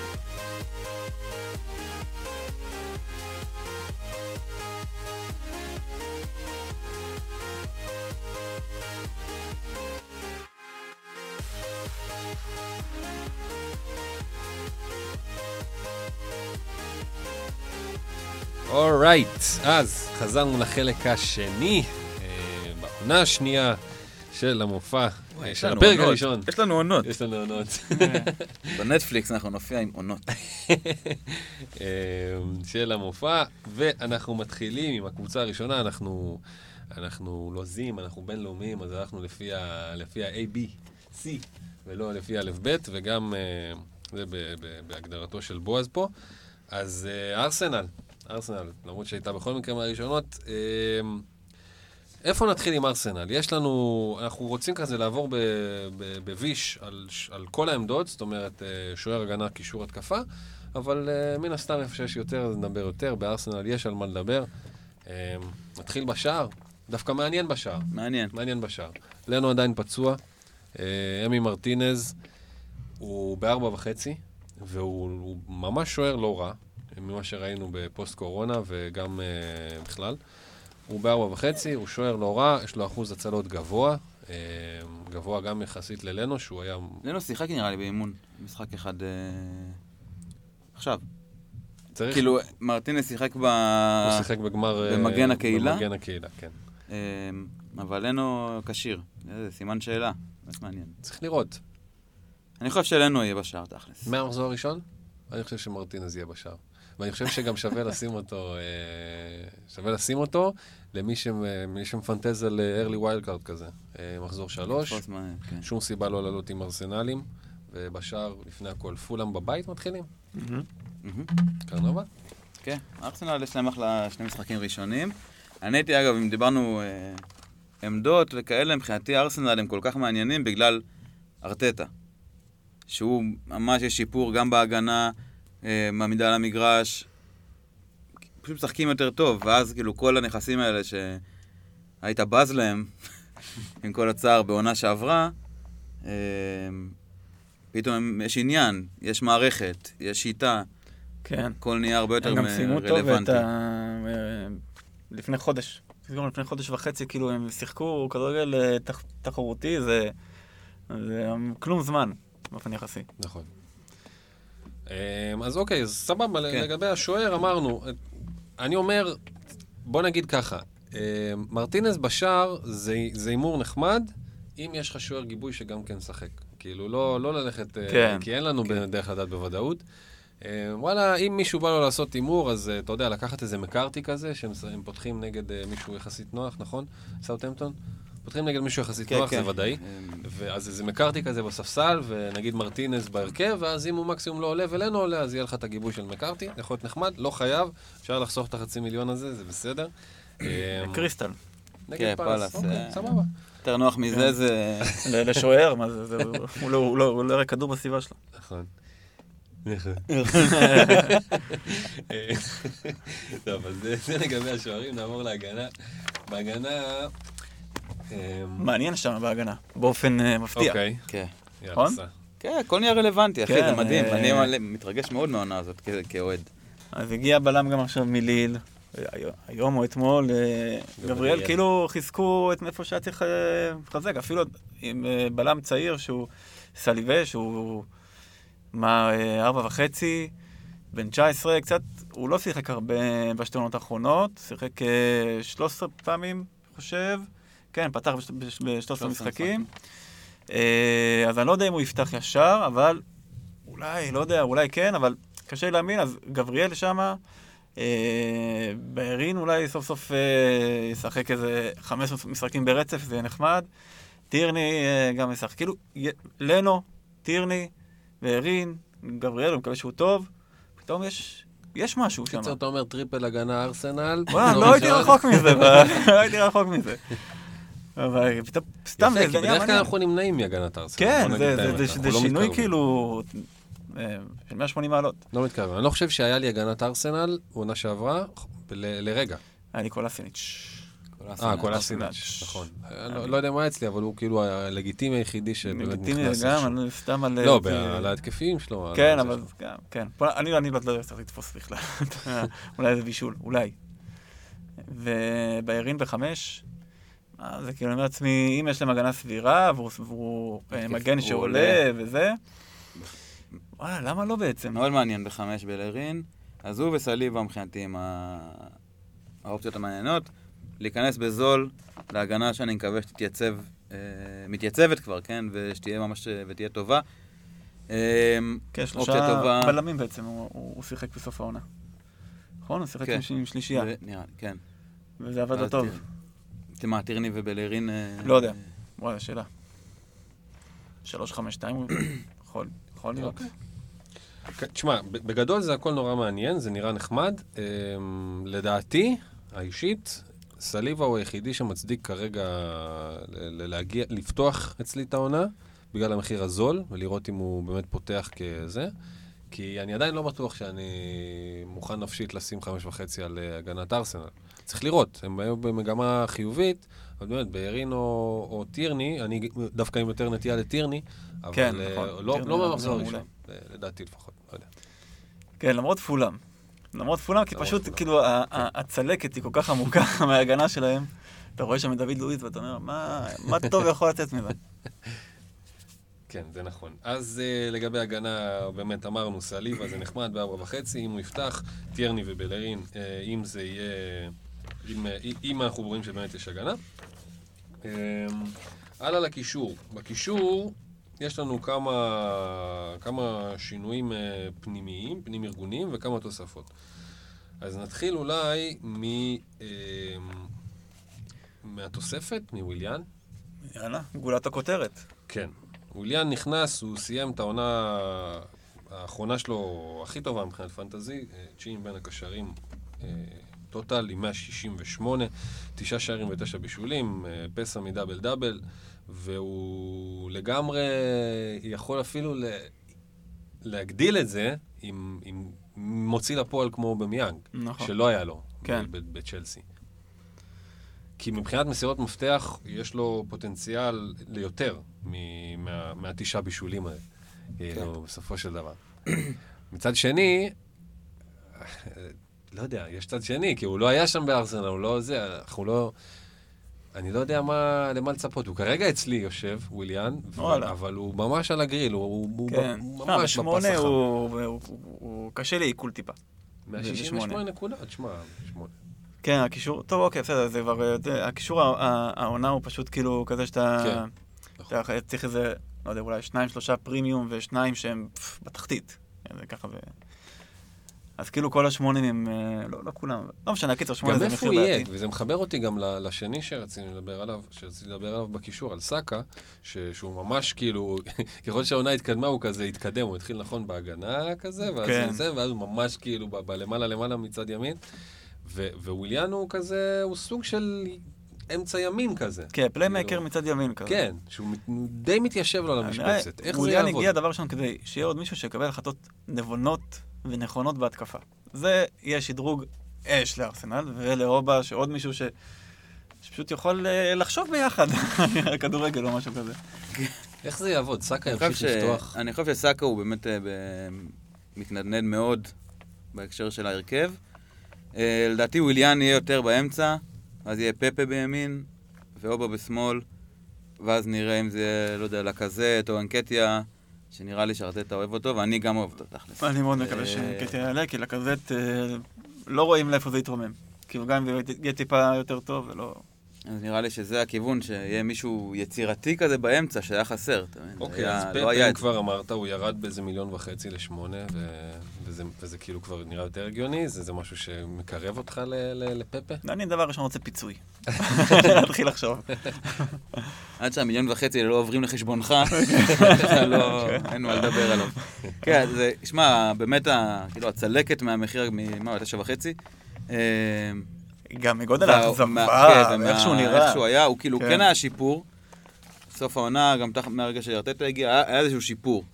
אורייט, אז חזרנו לחלק השני, בעונה השנייה של המופע, של הפרק הראשון. יש לנו עונות. יש לנו עונות. בנטפליקס אנחנו נופיע עם עונות. של המופע, ואנחנו מתחילים עם הקבוצה הראשונה, אנחנו לוזים, אנחנו בינלאומיים, אז הלכנו לפי ה-A, B, C, ולא לפי א' ב', וגם זה בהגדרתו של בועז פה. אז ארסנל, למרות שהייתה בכל מקרה מהראשונות. איפה נתחיל עם ארסנל? אנחנו רוצים כזה לעבור בוויש על כל העמדות, זאת אומרת, שוער הגנה, קישור התקפה, אבל מן הסתם איפה שיש יותר, אז נדבר יותר. בארסנל יש על מה לדבר. נתחיל בשער, דווקא מעניין בשער. מעניין בשער. לנו עדיין פצוע, אמי מרטינז, הוא ב4.5, והוא ממש שוער לא רע, ממה שראינו בפוסט קורונה וגם בכלל. הוא ב4.5, הוא שוער לא רע, יש לו אחוז הצלות גבוה, גבוה גם יחסית ללנו, שהוא היה... לנו שיחק נראה לי באימון, משחק אחד עכשיו. צריך... כאילו, מרטינס שיחק הוא שיחק בגמר... במגן הקהילה? במגן הקהילה, כן. אבל לנו קשיר, זה סימן שאלה, זה מעניין. צריך לראות. אני חושב שלנו יהיה בשער, תכלס. מהמחזור הראשון? אני חושב שמרטינז יהיה בשער. ואני חושב שגם שווה לשים אותו למי שמפנטז על early wild card כזה, מחזור 3, שום סיבה לא לעלות עם ארסנלים, ובשאר, לפני הכל, פולאם בבית מתחילים. קרנבל? כן, ארסנל יש להם אחלה 2 משחקים ראשונים. אני הייתי, אגב, אם דיברנו עמדות וכאלה, מבחינתי ארסנל הם כל כך מעניינים בגלל ארטטה. שהוא ממש יש שיפור גם בהגנה, מעמידה על המגרש, פשוט משחקים יותר טוב, ואז כאילו כל הנכסים האלה שהיית בז להם, עם כל הצער בעונה שעברה, פתאום יש עניין, יש מערכת, יש שיטה, כן. כל נהיה הרבה יותר רלוונטי. הם גם סיימו טוב לפני חודש. לפני חודש וחצי, כאילו הם שיחקו כדורגל תחרותי, זה כלום זמן, באופן יחסי. נכון. אז אוקיי, אז סבבה, לגבי השוער אמרנו, אני אומר, בוא נגיד ככה, מרטינז בשער זה אימור נחמד, אם יש לך שוער גיבוי שגם כן שחק. כאילו, לא ללכת, כי אין לנו דרך לדעת בוודאות. וואלה, אם מישהו בא לו לעשות אימור, אז אתה יודע, לקחת איזה מקארתי כזה, שהם פותחים נגד מישהו יחסית נוח, נכון? סאוטהמפטון? פותחים נגד מישהו יחסית נוח, זה ודאי. ואז איזה מקארתי כזה בספסל, ונגיד מרטינז בהרכב, ואז אם הוא מקסימום לא עולה ולנו עולה, אז יהיה לך את הגיבוי של מקארתי, יכול להיות נחמד, לא חייב, אפשר לחסוך את $500,000 הזה, זה בסדר. קריסטל. נגד פלס, סבבה. יותר נוח מזה זה... לשוער, מה זה? הוא לא יראה כדור בסביבה שלו. נכון. טוב, אז זה לגבי השוערים, נעבור להגנה. בהגנה... מעניין שם בהגנה, באופן מפתיע. אוקיי. כן. נכון? כן, הכל נהיה רלוונטי, אחי, זה מדהים. אני מתרגש מאוד מהעונה הזאת כאוהד. אז הגיע בלם גם עכשיו מליל, היום או אתמול, גבריאל, כאילו חיזקו את מאיפה שהיה צריך לחזק, אפילו עם בלם צעיר שהוא סליבה, שהוא 4.5, בן 19, קצת, הוא לא שיחק הרבה בשתי עונות האחרונות, שיחק 13 פעמים, חושב, כן, פתח ב-13 משחקים, אז אני לא יודע אם הוא יפתח ישר, אבל אולי, לא יודע, אולי כן, אבל קשה להאמין, אז גבריאל שמה, בארין אולי סוף סוף ישחק איזה 15 משחקים ברצף, זה נחמד. טירני גם ישחק, כאילו, לנו, טירני, בארין, גבריאל, הוא מקווה שהוא טוב, פתאום יש משהו שם. קיצר, אתה אומר טריפל הגנה ארסנל. לא הייתי רחוק מזה, לא הייתי רחוק מזה. אבל פתאום, סתם, יפה, כי בדרך כלל אנחנו נמנעים מהגנת ארסנל. כן, זה שינוי כאילו של 180 מעלות. לא מתקרב. אני לא חושב שהיה לי הגנת ארסנל, עונה שעברה, לרגע. היה לי קולאסיניץ'. קולאסיניץ', נכון. לא יודע מה אצלי, אבל הוא כאילו הלגיטימי היחידי שבאמת נכנס. לגיטימי גם, אני סתם על... לא, על ההתקפים שלו. כן, אבל גם, כן. אני לא צריך לתפוס בכלל. אולי זה בישול, אולי. ובארין ב5, זה כאילו אני אומר לעצמי, אם יש להם הגנה סבירה, והוא מגן שעולה וזה, וואלה, למה לא בעצם? מאוד מעניין ב5 בלרין, אז הוא וסליבה מבחינתי עם האופציות המעניינות, להיכנס בזול להגנה שאני מקווה שתתייצב, מתייצבת כבר, כן, ושתהיה ממש, ותהיה טובה. כן, 3 בלמים בעצם, הוא שיחק בסוף העונה. נכון? הוא שיחק עם שלישייה. נראה, כן. וזה עבד לו טוב. מה, טירני ובלרין... לא יודע. וואלה, שאלה. 3-5-2 הוא יכול להיות. תשמע, בגדול זה הכל נורא מעניין, זה נראה נחמד. לדעתי, האישית, סליבה הוא היחידי שמצדיק כרגע לפתוח אצלי את העונה, בגלל המחיר הזול, ולראות אם הוא באמת פותח כזה. כי אני עדיין לא בטוח שאני מוכן נפשית לשים 5.5 על הגנת ארסנל. צריך לראות, הם היו במגמה חיובית, אבל באמת, בארין או טירני, אני דווקא עם יותר נטייה לטירני, אבל כן, לא במחזור ראשון, לדעתי לפחות, לא יודע. כן, למרות פולאם, כי פשוט, כאילו, הצלקת היא כל כך עמוקה מההגנה שלהם, אתה רואה שם את דוד לואיס ואתה אומר, מה טוב יכול לצאת מזה? כן, זה נכון. אז לגבי הגנה, באמת אמרנו, סליבה זה נחמד ב4.5, אם הוא יפתח, טירני ובלרין, אם זה יהיה, אם אנחנו רואים שבאמת יש הגנה. הלאה לקישור. בקישור, יש לנו כמה שינויים פנימיים, פנים ארגוניים וכמה תוספות. אז נתחיל אולי מהתוספת, מוויליאן. יאללה, גולת הכותרת. כן. וויליאן נכנס, הוא סיים את העונה האחרונה שלו הכי טובה מבחינת פנטזי, 90 בין הקשרים, טוטל עם 168, 9 שערים ו9 בישולים, פסע מדאבל דאבל, והוא לגמרי יכול אפילו להגדיל את זה עם מוציא לפועל כמו במיאנג, נכון. שלא היה לו כן. בצ'לסי. כי מבחינת מסירות מפתח, יש לו פוטנציאל ליותר מה9 בישולים האלה, כאילו, בסופו של דבר. מצד שני, לא יודע, יש צד שני, כי הוא לא היה שם בארסנל, הוא לא זה, אנחנו לא... אני לא יודע למה לצפות. הוא כרגע אצלי יושב, וויליאן, אבל הוא ממש על הגריל, הוא ממש בפס החם. הוא קשה לעיכול טיפה. 168 נקודות, תשמע, 8. כן, הקישור, טוב, אוקיי, בסדר, זה כבר, הקישור העונה הוא פשוט כאילו כזה שאתה צריך איזה, לא יודע, אולי 2-3 פרימיום ו2 שהם בתחתית. זה ככה ו... אז כאילו כל השמונים הם, לא כולם, לא משנה, קיצר 8 זה מחיר בעתיד. גם איפה יהיה, וזה מחבר אותי גם לשני שרציתי לדבר עליו בקישור, על סאקה, שהוא ממש כאילו, ככל שהעונה התקדמה הוא כזה התקדם, הוא התחיל נכון בהגנה כזה, ואז הוא ממש כאילו למעלה מצד ימין, וויליאן הוא כזה, הוא סוג של אמצע ימין כזה. כן, פליימקר מצד ימין כזה. כן, שהוא די מתיישב לו על המשבצת. איך זה יעבוד? וויליאן הגיע דבר ראשון כדי שיהיה עוד מישהו שיקבל החלטות נבונות ונכונות בהתקפה. זה יהיה שדרוג אש לארסנל, ולאובה שעוד מישהו שפשוט יכול לחשוב ביחד, כדורגל או משהו כזה. איך זה יעבוד? סאקה ימשיך לפתוח? אני חושב שסאקה הוא באמת מתנדנד מאוד בהקשר של ההרכב. לדעתי וויליאן יהיה יותר באמצע, אז יהיה פפה בימין, ואובה בשמאל, ואז נראה אם זה, לא יודע, לקזט או אנקטיה, שנראה לי שארטטה אוהב אותו, ואני גם אוהב אותו, תכלס. אני מאוד מקווה שאנקטיה יעלה, כי לקזט לא רואים לאיפה זה יתרומם. כאילו גם אם זה יהיה טיפה יותר טוב ולא... אז נראה לי שזה הכיוון, שיהיה מישהו יצירתי כזה באמצע, שהיה חסר. אוקיי, אז פפה, אם כבר אמרת, הוא ירד באיזה 1.5 מיליון ל8, וזה כאילו כבר נראה יותר הגיוני, זה משהו שמקרב אותך לפפה? אני דבר ראשון רוצה פיצוי. נתחיל לחשוב. עד שה1.5 מיליון לא עוברים לחשבונך, אין מה לדבר עליו. כן, זה, שמע, באמת, הצלקת מהמחיר, מה, 9.5? גם מגודל האכזבה, ואיך שהוא נראה. איך שהוא היה, הוא כאילו כן היה שיפור. סוף העונה, גם מהרגע שארטטה הגיע, היה איזשהו שיפור.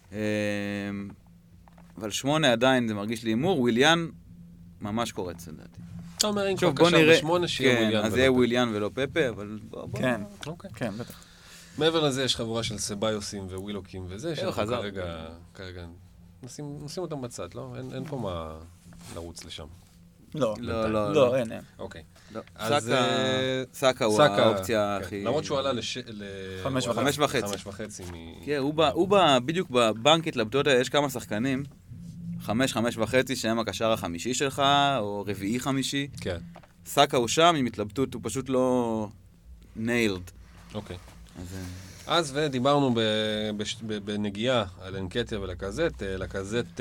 אבל 8 עדיין זה מרגיש לי הימור, וויליאן ממש קורץ, לדעתי. אתה אומר, אם כבר קשר ב8, שיהיה וויליאן ולא פפה. אז יהיה וויליאן ולא פפה, אבל בוא. כן, כן, בטח. מעבר לזה יש חבורה של סביוסים ווילוקים וזה, שאנחנו כרגע נשים אותם בצד, לא? אין פה מה לרוץ לשם. לא, אין. אוקיי. סאקה הוא האופציה הכי... למרות שהוא עלה 5.5. כן, הוא בדיוק בבנק התלבטות, יש כמה שחקנים, 5.5 שהם הקשר החמישי שלך, או רביעי חמישי. כן. סאקה הוא שם, עם התלבטות, הוא פשוט לא nailed. אוקיי. אז ודיברנו בנגיעה על אנקטיה ולקזט. לקזט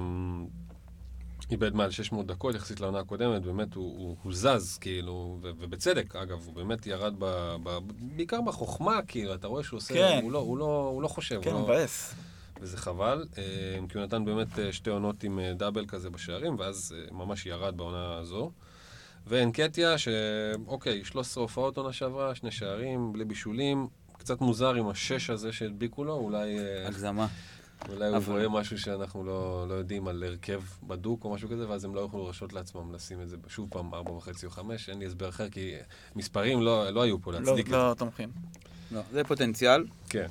איבד מעל 600 דקות, יחסית לעונה הקודמת, באמת הוא זז, כאילו, ובצדק, אגב, הוא באמת ירד בעיקר בחוכמה, כאילו, אתה רואה שהוא עושה, הוא לא חושב. כן, הוא מבאס. וזה חבל, כי הוא נתן באמת 2 עונות עם דאבל כזה בשערים, ואז ממש ירד בעונה הזו. ואנקטיה, שאוקיי, 13 הופעות עונה שעברה, 2 שערים, בלי בישולים, קצת מוזר עם 6 הזה שהדביקו לו, אולי... הגזמה. אולי הוא רואה משהו שאנחנו לא יודעים על הרכב בדוק או משהו כזה, ואז הם לא יוכלו לרשות לעצמם לשים את זה שוב פעם 4.5 או 5, אין לי הסבר אחר, כי מספרים לא היו פה להצדיק את זה. לא תומכים. לא, זה פוטנציאל. כן.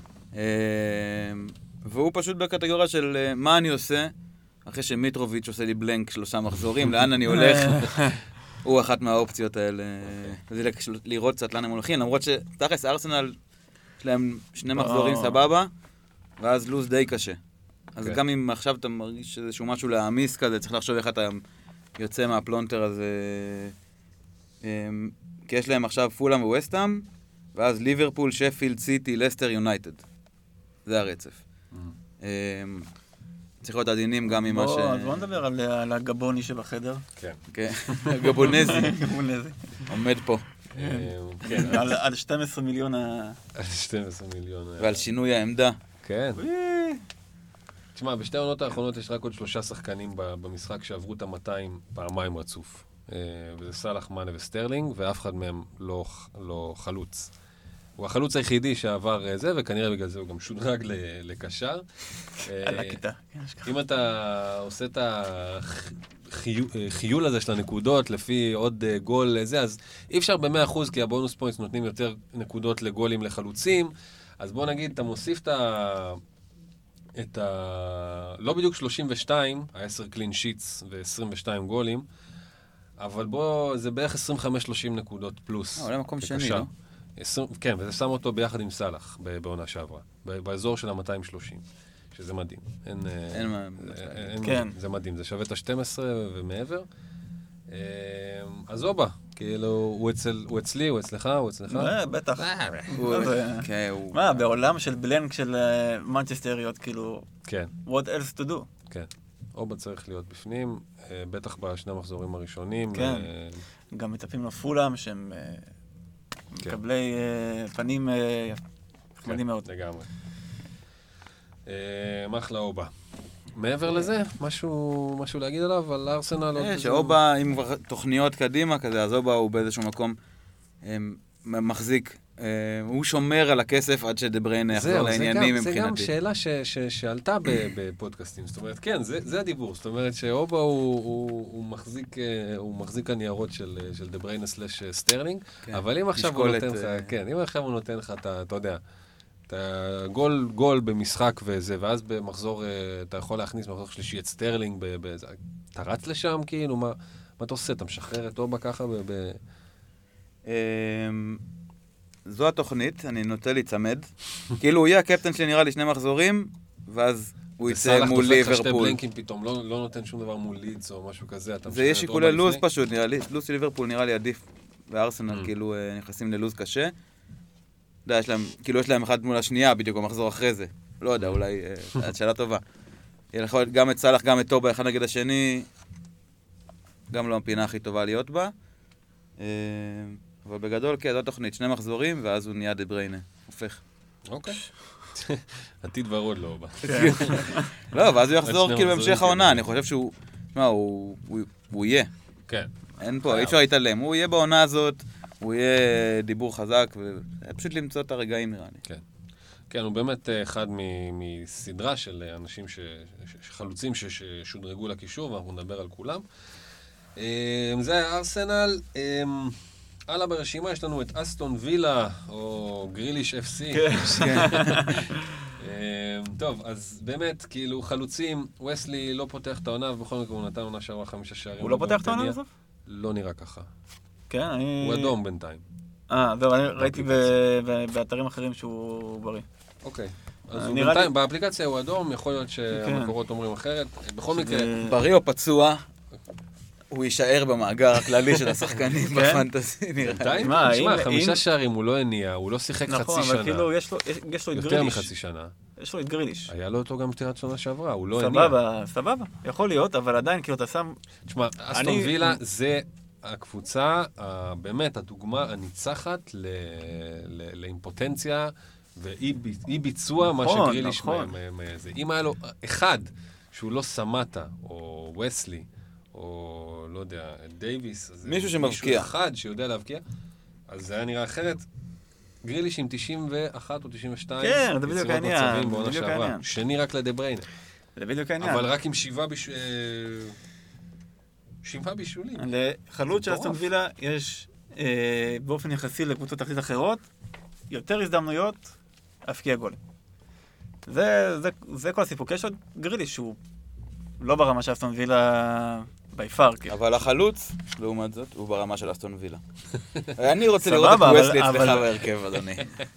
והוא פשוט בקטגוריה של מה אני עושה, אחרי שמיטרוביץ' עושה לי בלנק 3 מחזורים, לאן אני הולך, הוא אחת מהאופציות האלה, זה לראות קצת לאן הם הולכים, למרות שתכלס ארסנל יש להם 2 מחזורים סבבה, ואז לוז די קשה. אז גם אם עכשיו אתה מרגיש איזשהו משהו להעמיס כזה, צריך לחשוב איך אתה יוצא מהפלונטר הזה. כי יש להם עכשיו פולאם וווסטהאם, ואז ליברפול, שפילד, סיטי, לסטר, יונייטד. זה הרצף. צריך להיות עדינים גם ממה ש... אז בוא נדבר על הגבוני שבחדר. כן. כן, גבונזי. גבונזי. עומד פה. כן. על 12 מיליון 12 מיליון. ועל שינוי העמדה. כן. תשמע, בשתי העונות האחרונות יש רק עוד 3 שחקנים במשחק שעברו את ה-200 פעמיים רצוף. וזה סלאח, מאנה וסטרלינג, ואף אחד מהם לא חלוץ. הוא החלוץ היחידי שעבר זה, וכנראה בגלל זה הוא גם שודרג לקשר. על הכיתה. אם אתה עושה את החיול הזה של הנקודות לפי עוד גול לזה, אז אי אפשר ב-100%, כי הבונוס פוינטס נותנים יותר נקודות לגולים לחלוצים, אז בוא נגיד, אתה מוסיף לא בדיוק 32, ה-10 קלין שיטס ו-22 גולים, אבל בוא, זה בערך 25-30 נקודות פלוס. עולה מקום שני, לא? כן, וזה שם אותו ביחד עם סלאח בעונה שעברה, באזור של ה-230, שזה מדהים. אין מה... כן. זה מדהים, זה שווה את ה-12 ומעבר. אז אובה, כאילו, הוא אצלי, הוא אצלך, הוא אצלך. בטח. כן, מה, בעולם של בלנק של מנצ'סטריות, כאילו, כן. what else to do? כן. אובה צריך להיות בפנים, בטח בשני המחזורים הראשונים. כן. גם מצפים לו פולאם, שהם מקבלי פנים נחמדים מאוד. לגמרי. מחלה אובה. מעבר לזה, משהו להגיד עליו, על ארסנל? שאובה, עם תוכניות קדימה כזה, אז אובה הוא באיזשהו מקום מחזיק, הוא שומר על הכסף עד שדבריינה יחזור לעניינים מבחינתי. זה גם שאלה שעלתה בפודקאסטים, זאת אומרת, כן, זה הדיבור, זאת אומרת שאובה הוא מחזיק הניירות של דבריינה סלש סטרלינג, אבל אם עכשיו הוא נותן לך, אתה יודע, גול במשחק וזה, ואז במחזור, אתה יכול להכניס מחזור שלישי את סטרלינג, אתה רץ לשם כאילו, מה אתה עושה? אתה משחרר את אובה ככה זו התוכנית, אני נוטה להיצמד. כאילו הוא יהיה הקפטן שלי נראה לי 2 מחזורים, ואז הוא יצא מול ליברפול. סלאח דופק לך 2 בלנקים פתאום, לא נותן שום דבר מול לידס או משהו כזה. זה יהיה שיקולי לוז פשוט, לוז של ליברפול נראה לי עדיף, וארסנל כאילו נכנסים ללוז קשה. יש להם אחד מול השנייה בדיוק במחזור אחרי זה. לא יודע, אולי, שאלה טובה. יהיה לך גם את סלאח, גם את אובה, אחד נגד השני, גם לא הפינה הכי טובה להיות בה. אבל בגדול, כן, זו תוכנית, 2 מחזורים, ואז הוא נהיה דבריינה. הופך. אוקיי. עתיד ורוד לא בא. לא, ואז הוא יחזור כאילו בהמשך העונה. אני חושב שהוא, הוא יהיה. כן. אין פה, אי אפשר להתעלם. הוא יהיה בעונה הזאת, הוא יהיה דיבור חזק, ופשוט למצוא את הרגעים נראה לי. כן. כן, הוא באמת אחד מסדרה של אנשים חלוצים ששודרגו לקישור, ואנחנו נדבר על כולם. זה היה ארסנל. הלאה ברשימה יש לנו את אסטון וילה, או גריליש FC. טוב, אז באמת, כאילו, חלוצים, וסלי לא פותח את העונה, ובכל מקרה הוא נתן עונה שעברה 5 שערים. הוא לא פותח את העונה בסוף? לא נראה ככה. כן, הוא אדום בינתיים. זהו, אני ראיתי באתרים אחרים שהוא בריא. אוקיי. אז הוא בינתיים, באפליקציה הוא אדום, יכול להיות שהמקורות אומרים אחרת. בכל מקרה... בריא או פצוע, הוא יישאר במאגר הכללי של השחקנים בפנטסי, נראה. תשמע, 5 שערים הוא לא הניע, הוא לא שיחק חצי שנה. נכון, אבל כאילו יש לו את גריליש. יותר מחצי שנה. יש לו את גריליש. היה לו אותו גם פתירת שנה שעברה, הוא לא הניע. סבבה, יכול להיות, אבל עדיין כאילו אתה שם... תשמע, אסטון וילה זה הקבוצה, באמת הדוגמה הניצחת לאימפוטנציה ואי ביצוע מה שגריליש זה. אם היה לו אחד שהוא לא סמטה, או וסלי, או לא יודע, דייביס, מישהו שמבקיע. מישהו אחד שיודע להבקיע, אז זה היה נראה אחרת. גריליש עם 91 או 92, כן, זה בדיוק העניין. שני רק לדבריינה. זה בדיוק העניין. אבל רק עם 7 בישולים. לחלוץ של אסטון וילה יש באופן יחסי לקבוצות תחתית אחרות, יותר הזדמנויות, להפקיע גולים. זה כל הסיפור. יש עוד גריליש שהוא לא ברמה של אסטון וילה ביפר. אבל החלוץ, לעומת זאת, הוא ברמה של אסטון וילה. אני רוצה לראות את וסלי אצלך בהרכב, אדוני.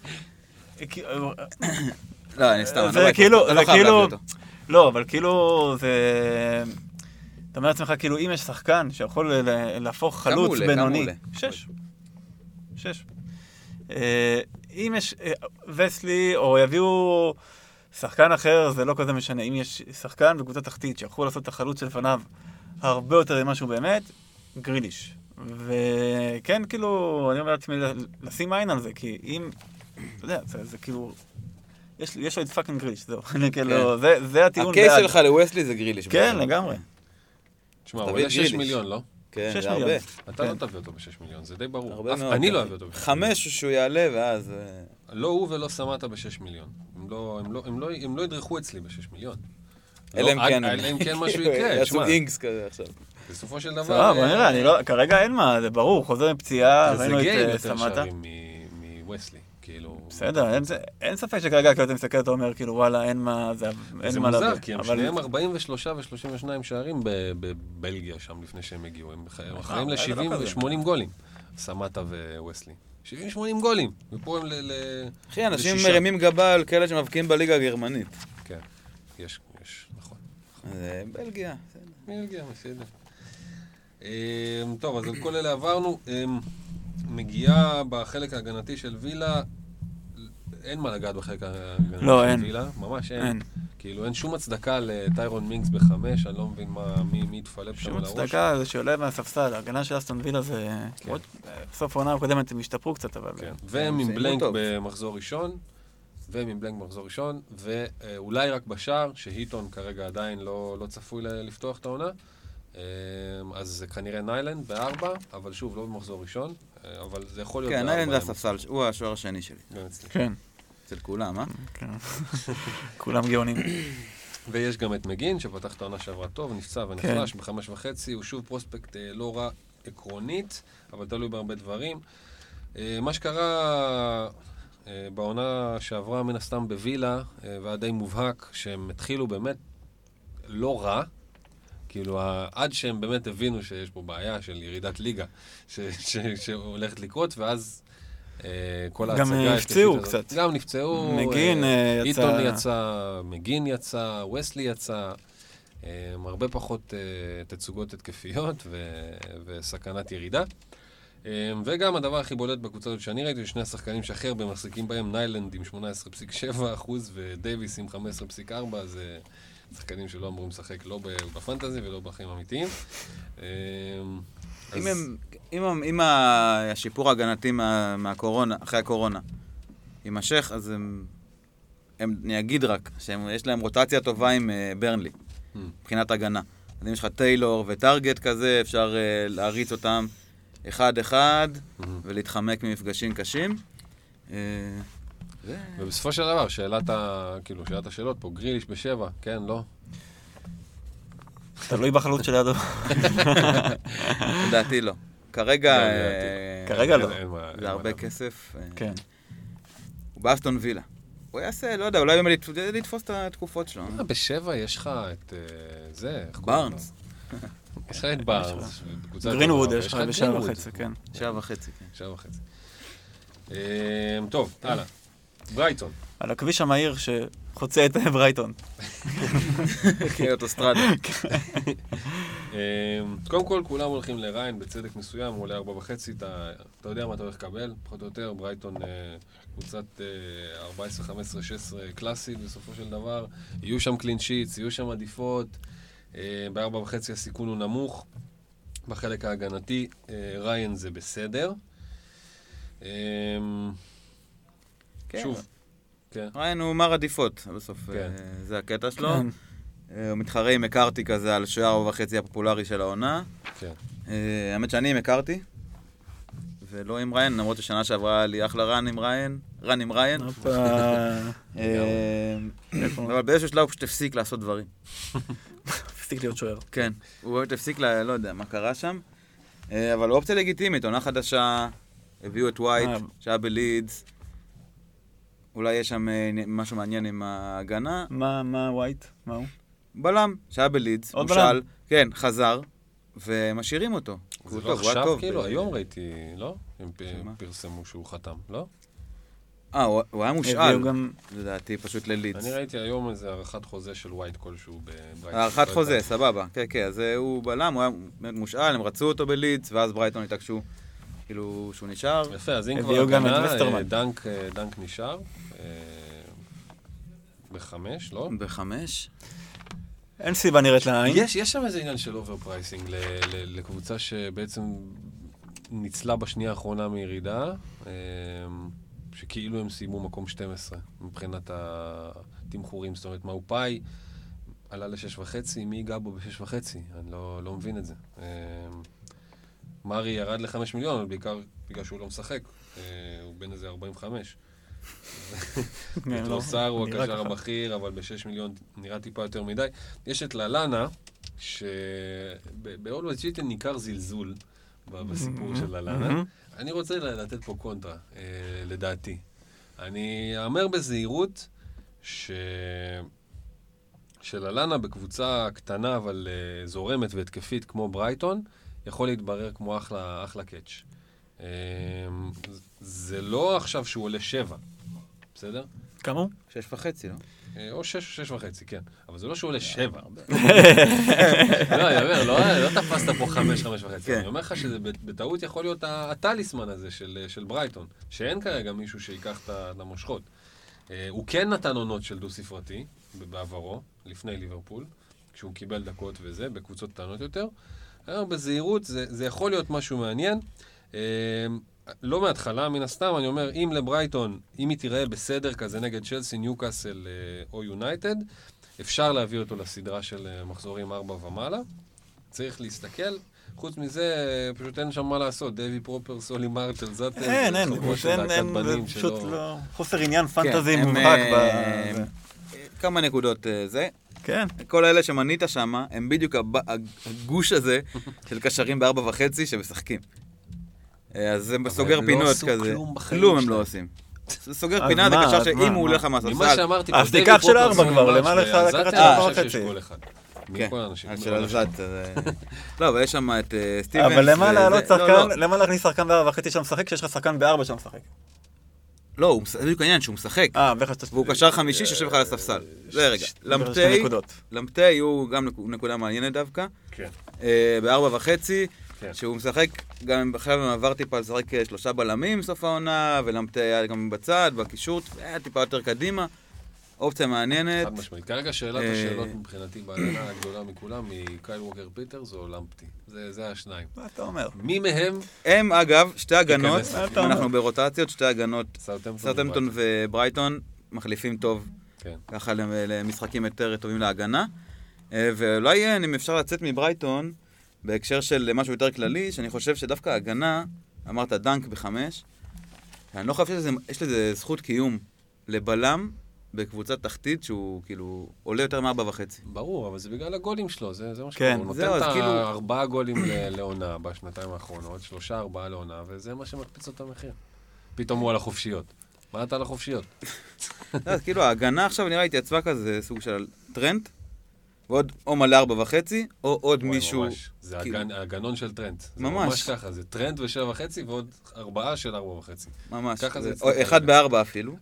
לא, אני סתם, אני לא חייב להביא אותו. לא, אבל כאילו זה... אתה אומר לעצמך, כאילו, אם יש שחקן שיכול להפוך חלוץ בינוני... 6. אם יש וסלי, או יביאו שחקן אחר זה לא כזה משנה. אם יש שחקן בקבוצה תחתית שיכול לעשות את החלוץ שלפניו הרבה יותר ממה שהוא באמת, גריליש. וכן, כאילו, אני אומר לעצמי לשים עין על זה, כי אם, אתה יודע, זה כאילו, יש לו את פאקינג גריליש, זהו. כאילו, זה הטיעון. הקייס שלך לווסלי זה גריליש. כן, לגמרי. תשמע, הוא עולה 6 מיליון, לא? כן, 6 זה הרבה. מיליון. אתה לא תביא אותו ב-6 מיליון, זה די ברור. הרבה מאוד. אני לא אביא אותו ב-6 מיליון. 5 שהוא יעלה, ואז... לא הוא ולא סמטה ב-6 מיליון. הם לא ידרכו אצלי ב-6 מיליון. אלא אם כן משהו יקרה, יעשו אינגס כזה עכשיו. בסופו של דבר... סבבה, בוא נראה, כרגע אין מה, זה ברור, חוזר מפציעה, ראינו זה גייל את יותר סמטה. שערים מווסלי, כאילו... בסדר, אין ספק שכרגע כשאתה מסתכל, אתה אומר, כאילו, וואלה, אין מה זה מוזר, כי הם שניהם 43 ו-32 שערים בבלגיה שם לפני שהם הגיעו. הם אחראים ל-70 ו-80 גולים, סמטה וווסלי. 70-80 גולים, ופה הם אחי, אנשים מרימים גבה על כאלה שמבקיעים בליגה הגרמנית. כן, יש, נכון. זה בלגיה. בלגיה, בסדר. טוב, אז על כל אלה עברנו. מגיעה בחלק ההגנתי של וילה, אין מה לגעת בחלק ההגנתי של וילה, ממש אין. כאילו אין שום הצדקה לטיירון מינגס ב5, אני לא מבין מי יתפלפ שם על הראש. שום הצדקה זה שעולה מהספסל, ההגנה של אסטון וילה זה... בסוף העונה הקודמת הם השתפרו קצת, אבל... והם עם בלנק במחזור ראשון, ואולי רק בשער, שהיטון כרגע עדיין לא צפוי לפתוח את העונה, אז זה כנראה ניילנד ב4, אבל שוב, לא במחזור ראשון, אבל זה יכול להיות... כן, ניילנד זה הספסל, הוא השוער השני שלי. כן. אצל כולם, אה? כן. כולם גאונים. ויש גם את מגין, שפתח את העונה שעברה טוב, נפצע ונחלש ב5.5, הוא שוב פרוספקט לא רע עקרונית, אבל תלוי בהרבה דברים. מה שקרה בעונה שעברה מן הסתם בווילה, והיה די מובהק, שהם התחילו באמת לא רע, כאילו, עד שהם באמת הבינו שיש פה בעיה של ירידת ליגה שהולכת לקרות, ואז כל ההצגה... גם נפצעו קצת. גם נפצעו. מגין יצא... איטון יצא, מגין יצא, וסלי יצא, הרבה פחות תצוגות התקפיות וסכנת ירידה. וגם הדבר הכי בולט בקבוצה הזאת שאני ראיתי, שני השחקנים שהכי הרבה מחזיקים בהם, ניילנד עם 18.7% ודייביס עם 15.4%, זה... שחקנים שלא אמורים לשחק לא בפנטזי ולא בחיים אמיתיים. אם השיפור ההגנתי מהקורונה, אחרי הקורונה, יימשך, אז אני אגיד רק, שיש להם רוטציה טובה עם ברנלי, מבחינת הגנה. אז אם יש לך טיילור וטארגט כזה, אפשר להריץ אותם אחד ולהתחמק ממפגשים קשים. ובסופו של דבר, שאלת השאלות פה, גריליש ב7, כן, לא? תלוי בחלוץ של ידו. לדעתי לא. כרגע לא. זה הרבה כסף. כן. הוא באסטון וילה. הוא יעשה, לא יודע, אולי באמת לתפוס את התקופות שלו. ב7 יש לך את זה, בארנס. יש לך את בארנס. גרינווד יש לך ב7.5, כן. 7.5, כן. 7.5. טוב, הלאה. ברייטון. על הכביש המהיר שחוצה את ברייטון. כאוטוסטרדה. קודם כל, כולם הולכים לריין בצדק מסוים, הוא עולה 4.5, אתה יודע מה אתה הולך לקבל, פחות או יותר, ברייטון קבוצת 14, 15, 16 קלאסית בסופו של דבר, יהיו שם קלין שיטס, יהיו שם עדיפות, ב4.5 הסיכון הוא נמוך, בחלק ההגנתי, ריין זה בסדר. שוב, כן. ריין הוא מר עדיפות, בסוף זה הקטע שלו. הוא מתחרה עם מקארתי כזה על שוער 4.5 הפופולרי של העונה. האמת שאני עם מקארתי, ולא עם ריין, למרות ששנה שעברה לי אחלה רן עם ריין. אבל באיזשהו שלב הוא פשוט הפסיק לעשות דברים. הפסיק להיות שוער. כן, הוא באמת הפסיק, לא יודע מה קרה שם. אבל הוא אופציה לגיטימית, עונה חדשה, הביאו את ווייט, שהיה בלידס. אולי יש שם משהו מעניין עם ההגנה. מה ווייט? מה הוא? בלם, שהיה בלידס, עוד בלם? כן, חזר, ומשאירים אותו. זה לא עכשיו, כאילו, היום ראיתי, לא? הם פרסמו שהוא חתם, לא? הוא היה מושאל, לדעתי, פשוט ללידס. אני ראיתי היום איזה הערכת חוזה של ווייט כלשהו בברייטון. הערכת חוזה, סבבה, כן, אז הוא בלם, הוא היה מושאל, הם רצו אותו בלידס, ואז ברייטון התעקשו, כאילו, שהוא נשאר. יפה, אז אם כבר הגנה, דנק נשאר. בחמש, לא? בחמש. אין סיבה נראית לעין. יש שם איזה עניין של אוברפרייסינג לקבוצה שבעצם ניצלה בשנייה האחרונה מירידה, שכאילו הם סיימו מקום 12 מבחינת התמחורים. זאת אומרת, מאופאי עלה ל-6.5, מי ייגע בו ב-6.5? אני לא מבין את זה. מרי ירד ל-5 מיליון, בעיקר בגלל שהוא לא משחק. הוא בין איזה 45. פטרוסר הוא הקשר הבכיר, אבל ב-6 מיליון נראה טיפה יותר מדי. יש את ללנה, שבאולווייז צ'יטן ניכר זלזול בסיפור של ללנה. אני רוצה לתת פה קונטרה, לדעתי. אני אאמר בזהירות שללנה בקבוצה קטנה אבל זורמת והתקפית כמו ברייטון, יכול להתברר כמו אחלה קאץ'. זה לא עכשיו שהוא עולה 7, בסדר? כמה הוא? 6.5, לא? או 6.5, כן. אבל זה לא שהוא עולה 7. לא, אני אומר, לא תפסת פה 5.5. אני אומר לך שזה בטעות יכול להיות הטליסמן הזה של ברייטון, שאין כרגע מישהו שיקח את המושכות. הוא כן נתן עונות של דו-ספרתי בעברו, לפני ליברפול, כשהוא קיבל דקות וזה, בקבוצות קטנות יותר. בזהירות, זה יכול להיות משהו מעניין. לא מההתחלה, מן הסתם, אני אומר, אם לברייטון, אם היא תראה בסדר כזה נגד צ'לסי, ניוקאסל או יונייטד, אפשר להביא אותו לסדרה של מחזורים 4 ומעלה. צריך להסתכל. חוץ מזה, פשוט אין שם מה לעשות. דווי פרופר, סולי מרטל, זאת אין, פשוט לא... חוסר עניין פנטזי מובהק כמה נקודות זה. כן. כל האלה שמנית שם, הם בדיוק הגוש הזה של קשרים ב4.5 שמשחקים. אז זה סוגר פינות כזה. כלום הם לא עושים. זה סוגר פינה, זה קשר שאם הוא הולך מהספסל. ממה שאמרתי פה, אז תיקח של 4 כבר, למה לך לקחת של 4.5? כן, של אלזת. לא, אבל יש שם את סטיבנס. אבל למה לעלות שחקן, למה להכניס שחקן ב4.5 שם משחק, כשיש לך שחקן ב4 שם משחק? לא, זה בדיוק העניין שהוא משחק. והוא קשר חמישי שיושב לך על הספסל. זה רגע. למפטי הוא גם נקודה מעניינת דווקא. ב4.5, שהוא משחק, גם בכלל במעבר טיפה לשחק 3 בלמים סוף העונה, ולמפטי היה גם בצד, בקישוט, היה טיפה יותר קדימה. אופציה מעניינת. חד משמעית. כרגע שאלת השאלות מבחינתי בהגנה הגדולה מכולם, מקייל ווקר פיטרס או למפטי. זה השניים. מה אתה אומר? מי מהם? הם אגב, שתי הגנות, אנחנו ברוטציות, שתי הגנות, סאות'המפטון וברייטון, מחליפים טוב, ככה למשחקים יותר טובים להגנה. ואולי אם אפשר לצאת מברייטון, בהקשר של משהו יותר כללי, שאני חושב שדווקא ההגנה, אמרת דנק ב5, אני לא חושב שיש לזה זכות קיום לבלם, בקבוצת תחתית שהוא כאילו עולה יותר מ4.5. ברור, אבל זה בגלל הגולים שלו, זה מה שקורה. הוא נותן את 4 גולים לעונה בשנתיים האחרונות, 3-4 לעונה, וזה מה שמקפיץ את המחיר. פתאום הוא על החופשיות. מה אתה על החופשיות? אז כאילו ההגנה עכשיו נראה התייצבה כזה סוג של טרנד, ועוד או מלא 4.5, או עוד מישהו... זה הגנון של טרנד. ממש. זה ממש ככה, זה טרנד ו7.5 ועוד 4 של 4.5. ממש. ככה זה 1 ב4 אפילו.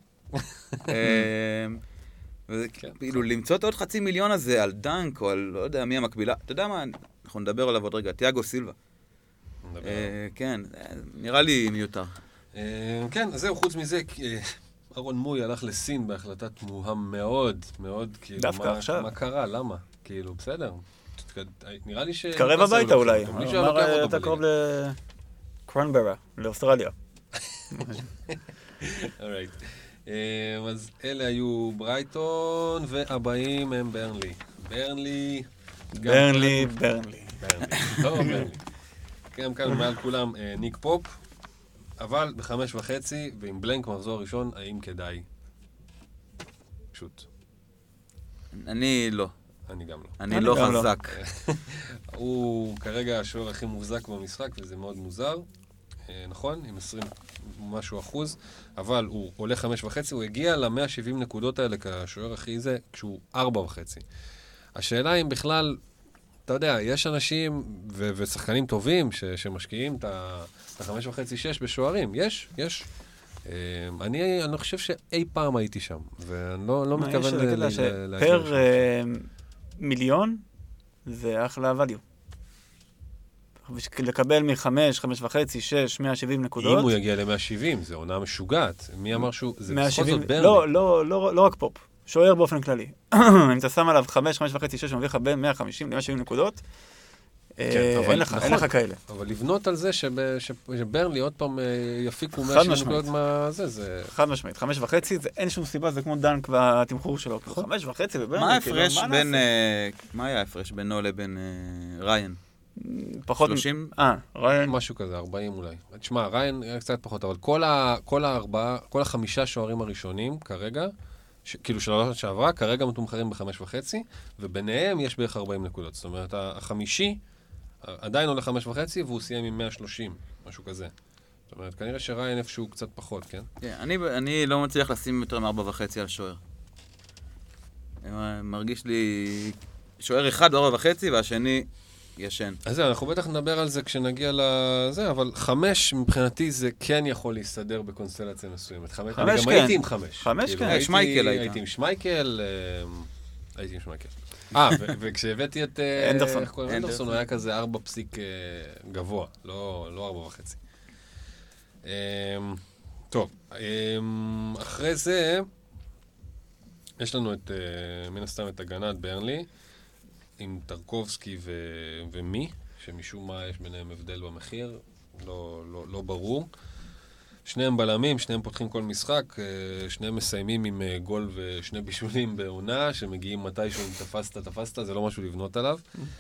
כאילו למצוא את עוד 500,000 הזה על דנק או על לא יודע מי המקבילה, אתה יודע מה, אנחנו נדבר עליו עוד רגע, תיאגו סילבה. כן, נראה לי מיותר. כן, אז זהו, חוץ מזה, ארון מוי הלך לסין בהחלטה תמוהה מאוד, מאוד, כאילו, מה קרה, למה? כאילו, בסדר. נראה לי ש... תקרב הביתה אולי. אמר, אתה קרוב לקרנברה, לאוסטרליה. אורייט. אז אלה היו ברייטון, והבאים הם ברנלי. ברנלי. טוב, ברנלי. גם כאן מעל כולם ניק פופ, אבל ב5.5 ועם בלנק מחזור ראשון, האם כדאי? פשוט. אני לא. אני גם לא. אני לא חזק. הוא כרגע השוער הכי מוחזק במשחק, וזה מאוד מוזר. נכון? עם 20 משהו אחוז, אבל הוא עולה 5.5, הוא הגיע ל-170 נקודות האלה כשוער הכי זה, כשהוא 4.5. השאלה אם בכלל, אתה יודע, יש אנשים ושחקנים טובים שמשקיעים את ה-5.5-6 בשוערים. יש. אני חושב שאי פעם הייתי שם, ואני לא מתכוון להגיע. פר מיליון זה אחלה ודיו. לקבל מ-5, 5.5, 6, 170 נקודות. אם הוא יגיע ל-170, זה עונה משוגעת. מי אמר שהוא... זה בכל זאת ברנלי. לא רק פופ. שוער באופן כללי. אם אתה שם עליו 5, 5.5, 6, מביא לך בין 150 ל-170 נקודות, אין לך כאלה. אבל לבנות על זה שברנלי עוד פעם יפיקו 170 נקודות מהזה, זה... חד משמעית, 5.5, אין שום סיבה, זה כמו דנק והתמחור שלו. 5.5 וברנלי, מה ההפרש בין... מה היה ההפרש בינו לבין ריין? פחות... 30? ריין... משהו כזה, 40 אולי. תשמע, ריין היה קצת פחות, אבל כל החמישה שוערים הראשונים כרגע, כאילו של העונה שעברה, כרגע מתומחרים ב5.5, וביניהם יש בערך 40 נקודות. זאת אומרת, החמישי עדיין עולה 5.5, והוא סיים עם 130, משהו כזה. זאת אומרת, כנראה שריין איפשהו קצת פחות, כן? כן, אני לא מצליח לשים יותר מ4.5 על שוער. מרגיש לי שוער אחד ב4.5, והשני ישן. אז זהו, אנחנו בטח נדבר על זה כשנגיע לזה, אבל 5 מבחינתי זה כן יכול להסתדר בקונסטלציה מסוימת. 5 כן. גם הייתי עם 5. 5 כן. שמייקל היית. הייתי עם שמייקל, וכשהבאתי את אנדרסון. אנדרסון, הוא היה כזה 4 פסיק גבוה, לא 4.5. טוב, אחרי זה, יש לנו את, מן הסתם את הגנת ברנלי, עם טרקובסקי ומי, שמשום מה יש ביניהם הבדל במחיר, לא ברור. שניהם בלמים, שניהם פותחים כל משחק, שניהם מסיימים עם גול ושני בישולים בעונה, שמגיעים מתישהו אם תפסת, זה לא משהו לבנות עליו.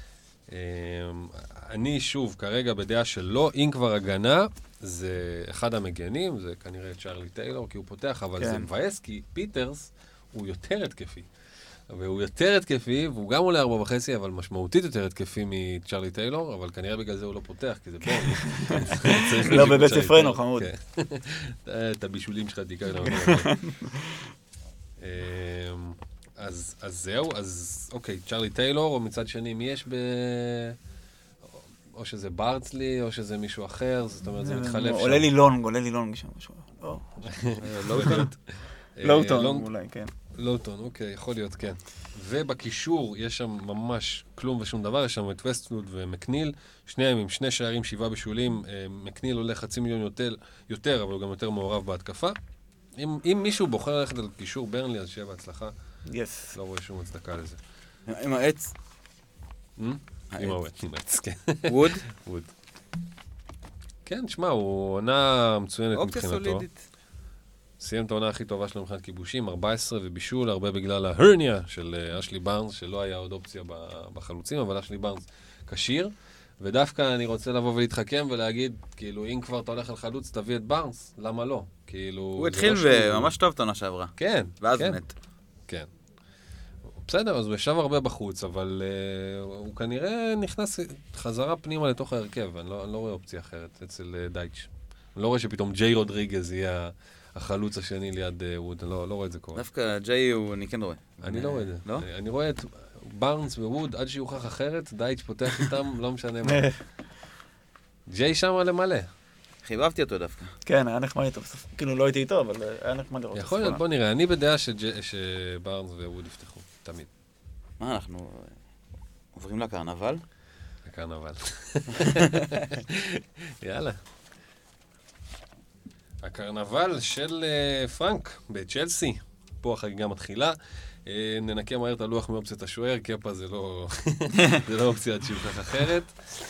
אני שוב, כרגע בדעה שלא, אם כבר הגנה, זה אחד המגנים, זה כנראה צ'רלי טיילור, כי הוא פותח, אבל זה מבאס, כי פיטרס הוא יותר התקפי. והוא יותר התקפי, והוא גם עולה 4.5, אבל משמעותית יותר התקפי מצ'רלי טיילור, אבל כנראה בגלל זה הוא לא פותח, כי זה ברנלי. לא בבית ספרנו, חמוד. את הבישולים שלך תיקח. אז זהו, אז אוקיי, צ'רלי טיילור, או מצד שני, מי יש או שזה ברצלי, או שזה מישהו אחר, זאת אומרת, זה מתחלף שם. עולה לי לונג שם משהו. לוטון, אולי, כן. לוטון, אוקיי, יכול להיות, כן. ובקישור יש שם ממש כלום ושום דבר, יש שם את וסטווד ומקניל, שניהם עם 2 שערים, 7 בישולים, מקניל עולה 500,000 יותר, אבל הוא גם יותר מעורב בהתקפה. אם מישהו בוחר ללכת על קישור ברנלי, אז שיהיה בהצלחה. לא רואה שום הצדקה לזה. עם העץ? עם העץ, כן. ווד? ווד. כן, שמע, הוא עונה מצוינת מבחינתו. אופציה סולידית. סיים את העונה הכי טובה שלו מבחינת כיבושים, 14 ובישול, הרבה בגלל ההרניה של אשלי בארנס, שלא היה עוד אופציה בחלוצים, אבל אשלי בארנס כשיר, ודווקא אני רוצה לבוא ולהתחכם ולהגיד, כאילו, אם כבר אתה הולך על חלוץ, תביא את בארנס, למה לא? כאילו... הוא התחיל ממש טוב את העונה שעברה. כן, ואז כן. מת. כן. בסדר, אז הוא ישב הרבה בחוץ, אבל הוא כנראה נכנס חזרה פנימה לתוך ההרכב, אני לא רואה אופציה אחרת אצל דייץ'. אני לא רואה שפתאום ג'יי רודריגז יהיה החלוץ השני ליד ווד, אני לא רואה את זה קורה. דווקא ג'יי אני כן רואה. אני לא רואה את זה. לא? אני רואה את בארנס וווד, עד שיוכח אחרת, דייץ' פותח איתם, לא משנה מה. ג'יי שם למלא. חיבבתי אותו דווקא. כן, היה נחמד איתו. כאילו לא הייתי איתו, אבל היה נחמד לראות. יכול להיות, בוא נראה. אני בדעה שבארנס וווד יפתחו, תמיד. מה, אנחנו עוברים לקרנבל? לקרנבל. יאללה. הקרנבל של פרנק בצ'לסי, פה החגיגה מתחילה. ננקה מהר את הלוח מאופציית השוער, קפה זה לא אופציה עד שיוכח אחרת.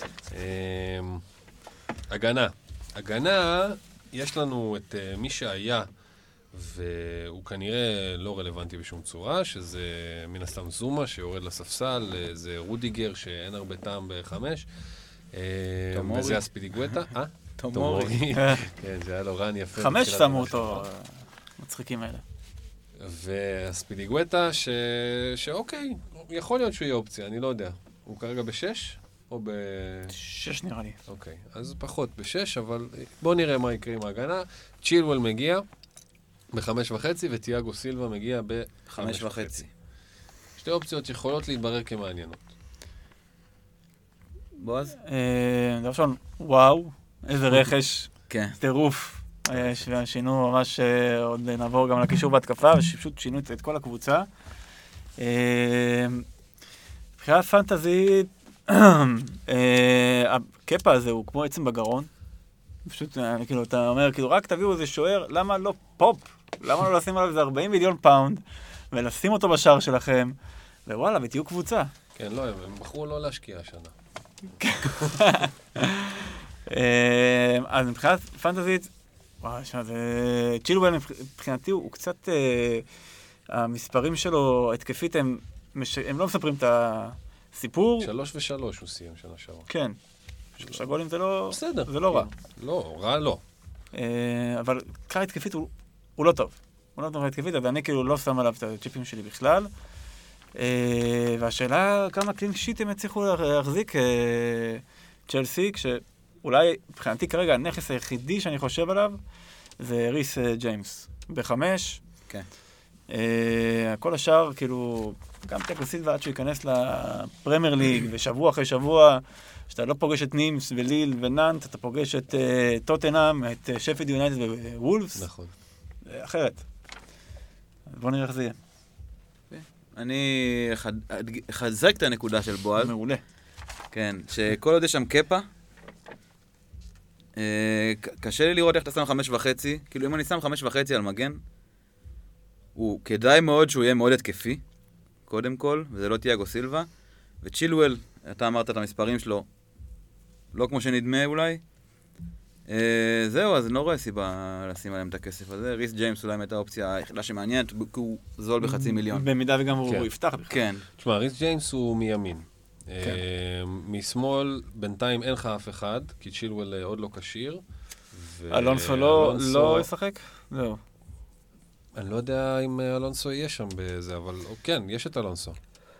הגנה, יש לנו את מי שהיה, והוא כנראה לא רלוונטי בשום צורה, שזה מן הסתם זומה שיורד לספסל, זה רודיגר שאין הרבה טעם ב5, וזה הספיליגווטה. תומורי. כן, זה היה לו רן יפה. 5 שמו אותו, מצחיקים האלה. והספיליגווטה, שאוקיי, יכול להיות שהוא יהיה אופציה, אני לא יודע. הוא כרגע ב6 או ב... 6 נראה לי. אוקיי, אז פחות ב6, אבל בואו נראה מה יקרה עם ההגנה. צ'ילואל מגיע ב5.5, וטיאגו סילבה מגיע ב5.5. 2 אופציות שיכולות להתברר כמעניינות. בועז? דבר ראשון, וואו. איזה רכש, טירוף. שינו ממש, עוד נעבור גם לקישור בהתקפה, ופשוט שינו את כל הקבוצה. מבחינת פנטזית, הקפה הזה הוא כמו עצם בגרון. פשוט, כאילו, אתה אומר, כאילו, רק תביאו איזה שוער, למה לא פופ? למה לא לשים עליו איזה 40 מיליון פאונד? ולשים אותו בשער שלכם, ווואלה, ותהיו קבוצה. כן, לא, הם בחרו לא להשקיע השנה. אז מבחינת פנטזית, וואי, צ'ילואל מבחינתי הוא קצת, המספרים שלו, התקפית, הם לא מספרים את הסיפור. 3-3 הוא סיים שנה שעברה. כן. 3 גולים זה לא... בסדר. זה לא רע. לא, רע לא. אבל קרא התקפית הוא לא טוב. הוא לא טוב התקפית, אז אני כאילו לא שם עליו את הצ'יפים שלי בכלל. והשאלה כמה קלין שיט הם הצליחו להחזיק צ'לסי, כשאולי מבחינתי כרגע הנכס היחידי שאני חושב עליו זה ריס ג'יימס. ב5. כן. כל השאר, כאילו, גם תיקו סילבה עד שהוא ייכנס לפרמייר ליג, ושבוע אחרי שבוע, שאתה לא פוגש את נימס וליל ונאנט, אתה פוגש את טוטנהאם, את שפילד יונייטד ווולפס. נכון. אחרת. בוא נראה איך זה יהיה. אני אחזק את הנקודה של בועז. מעולה. כן, שכל עוד יש שם קפה, קשה לי לראות איך אתה שם 5.5, כאילו אם אני שם 5.5 על מגן, הוא כדאי מאוד שהוא יהיה מאוד התקפי, קודם כל, וזה לא תיאגו סילבה, וצ'ילואל, אתה אמרת את המספרים שלו, לא כמו שנדמה אולי, זהו, אז אני לא רואה סיבה לשים עליהם את הכסף הזה, ריס ג'יימס אולי הייתה האופציה היחידה שמעניינת, כי הוא זול ב500,000. במידה וגם הוא יפתח בכלל. כן. תשמע, ריס ג'יימס הוא מימין. משמאל, בינתיים אין לך אף אחד, כי צ'ילואל עוד לא כשיר. אלונסו לא ישחק? זהו. אני לא יודע אם אלונסו יהיה שם בזה, אבל כן, יש את אלונסו.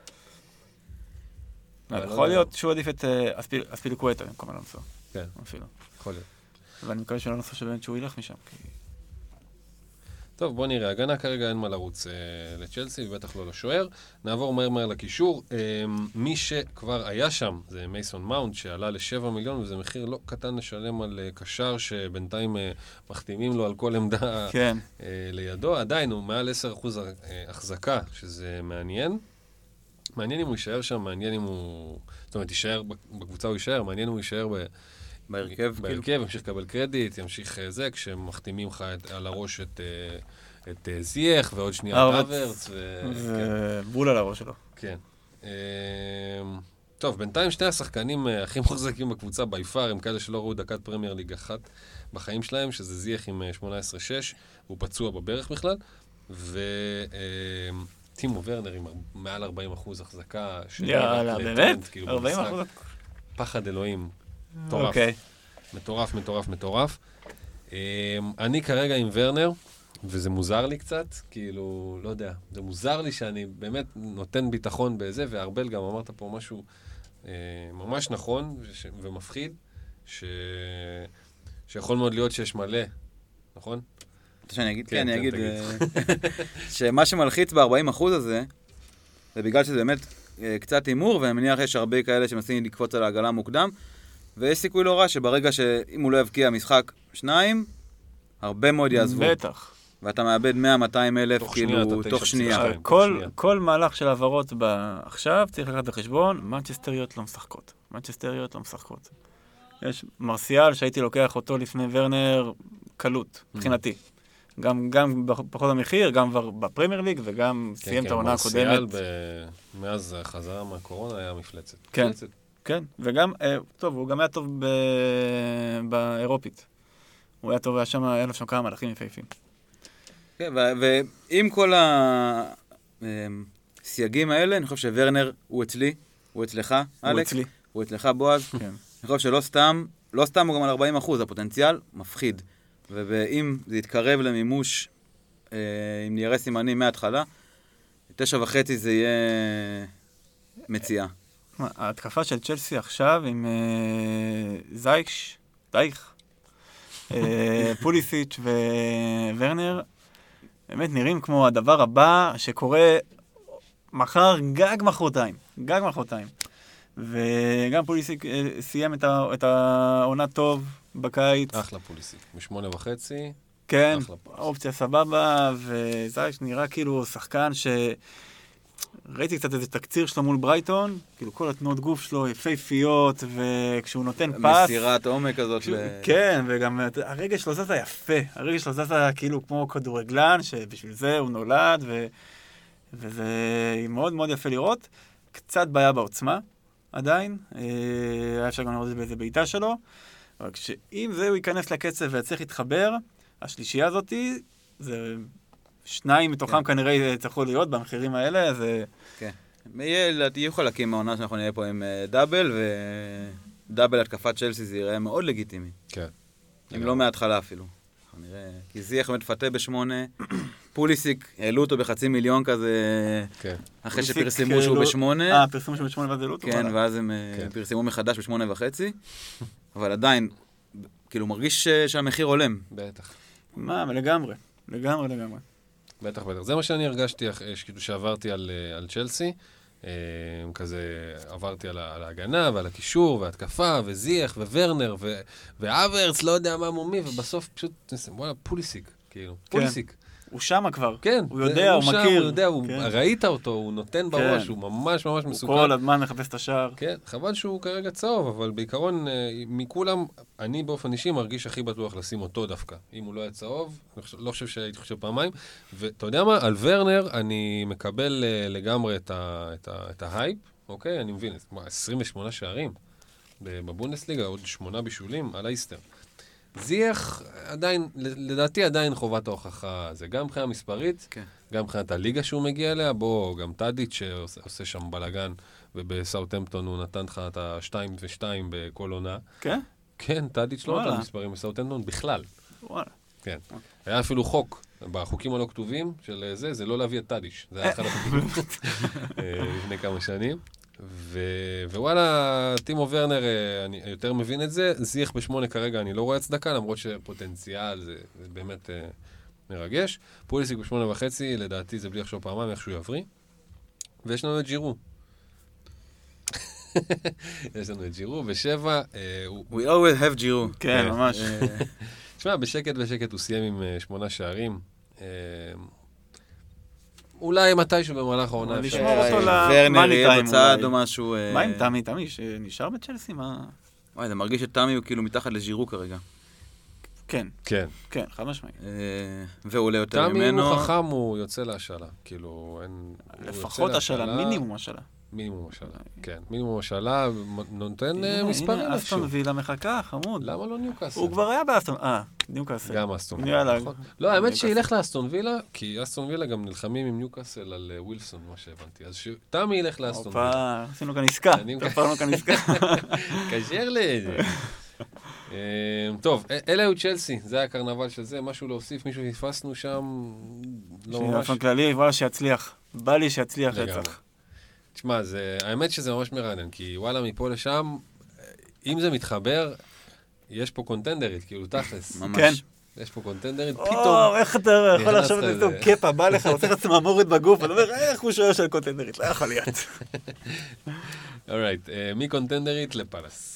יכול להיות שהוא עדיף את אספיליקווטה במקום אלונסו. כן, אפילו. יכול להיות. ואני מקווה שאלונסו שבאמת שהוא ילך משם. טוב, בוא נראה. הגנה כרגע אין מה לרוץ לצ'לסי, ובטח לא לשוער. נעבור מהר לקשור. מי שכבר היה שם זה מייסון מאונט, שעלה ל7 מיליון, וזה מחיר לא קטן לשלם על קשר, שבינתיים מחתימים לו על כל עמדה לידו. עדיין הוא מעל 10% החזקה, שזה מעניין. מעניין אם הוא יישאר שם, מעניין אם הוא... זאת אומרת, יישאר בקבוצה הוא יישאר, מעניין אם הוא יישאר בהרכב, ימשיך לקבל קרדיט, ימשיך זה, כשמחתימים לך על הראש את זייח, ועוד שנייה את אברץ. בול על הראש שלו. כן. טוב, בינתיים שני השחקנים הכי מוחזקים בקבוצה ביפר, הם כאלה שלא ראו דקת פרמייר ליג אחת בחיים שלהם, שזה זייח עם 18-6, הוא פצוע בברך בכלל, טימו ורנר עם מעל 40% החזקה. יאללה, באמת? 40%? פחד אלוהים. מטורף. אני כרגע עם ורנר, וזה מוזר לי קצת, כאילו, לא יודע, זה מוזר לי שאני באמת נותן ביטחון בזה, והרבל גם אמרת פה משהו ממש נכון ומפחיד, שיכול מאוד להיות שיש מלא, נכון? אתה שאני אגיד? כן, אני אגיד שמה שמלחיץ ב-40% הזה, זה בגלל שזה באמת קצת אימור, ואני מניח יש הרבה כאלה שמנסים לקפוץ על העגלה מוקדם, ויש סיכוי לא רע שברגע שאם הוא לא יבקיע משחק 2, הרבה מאוד יעזבו. בטח. ואתה מאבד 100-200 אלף, כאילו, תוך שנייה. כל מהלך של העברות עכשיו צריך לקחת בחשבון, מנצ'סטריות לא משחקות. יש מרסיאל שהייתי לוקח אותו לפני ורנר קלות, מבחינתי. גם פחות המחיר, גם בפרמייר ליג, וגם סיים את העונה הקודמת. מרסיאל מאז החזרה מהקורונה היה מפלצת. כן, וגם, טוב, הוא גם היה טוב באירופית. הוא היה טוב, היה לו שם כמה מהלכים יפהפים. כן, ועם כל הסייגים האלה, אני חושב שוורנר הוא אצלי, הוא אצלך, אלכס. הוא אצלך, בועז. אני חושב שלא סתם הוא גם על 40%, הפוטנציאל מפחיד. ואם זה יתקרב למימוש, אם נראה סימנים מההתחלה, 9.5 זה יהיה מציאה. ההתקפה של צ'לסי עכשיו עם זייך, פוליסיץ' וורנר, באמת נראים כמו הדבר הבא שקורה מחר, גג מחרתיים. וגם פוליסיק סיים את העונה טוב בקיץ. אחלה פוליסיק, מ8.5. כן, אופציה סבבה, וזייש נראה כאילו שחקן ראיתי קצת איזה תקציר שלו מול ברייטון, כאילו כל התנועות גוף שלו יפהפיות, וכשהוא נותן פס... מסירת עומק הזאת. כן, וגם הרגע שלו זזה יפה, הרגע שלו זזה כאילו כמו כדורגלן, שבשביל זה הוא נולד, וזה מאוד מאוד יפה לראות. קצת בעיה בעוצמה, עדיין. היה אפשר גם לראות את זה באיזה בעיטה שלו. אבל אם זה הוא ייכנס לקצב ויצליח להתחבר, השלישייה הזאת, זה 2 מתוכם כנראה יצטרכו להיות במחירים האלה, זה... כן. יהיו חלקים מהעונה שאנחנו נהיה פה עם דאבל, ודאבל התקפת צ'לסי זה יראה מאוד לגיטימי. כן. אם לא מההתחלה אפילו. נראה, כי זיח מתפתה ב8, פוליסיק, העלו אותו ב500,000 כזה, אחרי שפרסמו שהוא ב8. פרסמו שהוא ב8 ואז העלו אותו? כן, ואז הם פרסמו מחדש ב8.5, אבל עדיין, כאילו מרגיש שהמחיר עולם. בטח. מה, לגמרי. לגמרי. בטח. זה מה שאני הרגשתי שעברתי על צ'לסי. כזה עברתי על ההגנה ועל הקישור וההתקפה וזיח וורנר ואברץ, לא יודע מה מומי, ובסוף פשוט, וואלה, פוליסיק, כאילו, פוליסיק. הוא שמה כבר. כן. הוא יודע, הוא מכיר. הוא יודע, ראית אותו, הוא נותן בראש, הוא ממש ממש מסוכן. הוא כל הזמן מחפש את השער. כן, חבל שהוא כרגע צהוב, אבל בעיקרון, מכולם, אני באופן אישי מרגיש הכי בטוח לשים אותו דווקא. אם הוא לא היה צהוב, לא חושב שהייתי חושב פעמיים. ואתה יודע מה, על ורנר אני מקבל לגמרי את ההייפ, אוקיי? אני מבין, 28 שערים בבונדסליגה, עוד 8 בישולים על האיסטר. זיח עדיין, לדעתי עדיין חובת ההוכחה, זה גם מבחינה מספרית, כן. גם מבחינת הליגה שהוא מגיע אליה, בו גם טאדיץ' שעושה שם בלגן, ובסאוטהמפטון הוא נתן לך את ה-2 ו-2 בכל עונה. כן? כן, טאדיץ' לא נתן מספרים בסאוטהמפטון בכלל. וואלה. כן. היה אפילו חוק, בחוקים הלא כתובים של זה לא להביא את טאדיץ'. זה היה אחד החוקים לפני כמה שנים. ווואלה, טימו ורנר, אני יותר מבין את זה. זיח ב8 כרגע אני לא רואה הצדקה, למרות שפוטנציאל זה באמת מרגש. פוליסיק ב8.5, לדעתי זה בלי לחשוב פעמיים איך שהוא יבריא. ויש לנו את ג'ירו. יש לנו את ג'ירו ב7. We always have ג'ירו. כן, ממש. תשמע, בשקט הוא סיים עם 8 שערים. אולי מתישהו במהלך העונה אפשר. לשמור אותו ורנר יהיה בצד או משהו. מה עם תמי? תמי שנשאר בצ'לסי? מה? וואי, זה מרגיש שתמי הוא כאילו מתחת לג'ירו כרגע. כן. כן. כן, חד משמעית. והוא עולה יותר ממנו. תמי הוא חכם, הוא יוצא להשאלה. כאילו, אין... לפחות השאלה, מינימום השאלה. מינימום השאלה, כן. מינימום השאלה נותן מספרים הנה, איפשהו. אסטון וילה מחכה, חמוד. למה לא ניוקאסל? הוא כבר היה באסטון... ניוקאסל. גם אסטון וילה. לא, האמת שילך לאסטון וילה, כי אסטון וילה גם נלחמים עם ניוקאסל על ווילסון, מה שהבנתי. אז תמי ילך לאסטון וילה. עשינו כאן עסקה. תפרנו כאן עסקה. קשר לזה. טוב, אלה היו צ'לסי, זה היה הקרנבל של זה, משהו להוסיף, מישהו נתפסנו שם, לא ממש. באופן כללי, וואלה שיצליח. בא לי שיצליח רצח. תשמע, האמת שזה ממש מרענן, כי וואלה, מפה לשם, אם זה מתחבר, יש פה קונטנדרית, כאילו תכלס. ממש. כן. יש פה קונטנדרית, פתאום... איך אתה יכול לחשוב את זה? קפה, בא לך, רוצה לך צמרמורת בגוף, אתה אומר, איך הוא שואל של קונטנדרית? לא יכול להיות. אורייט, מקונטנדרית לפלס.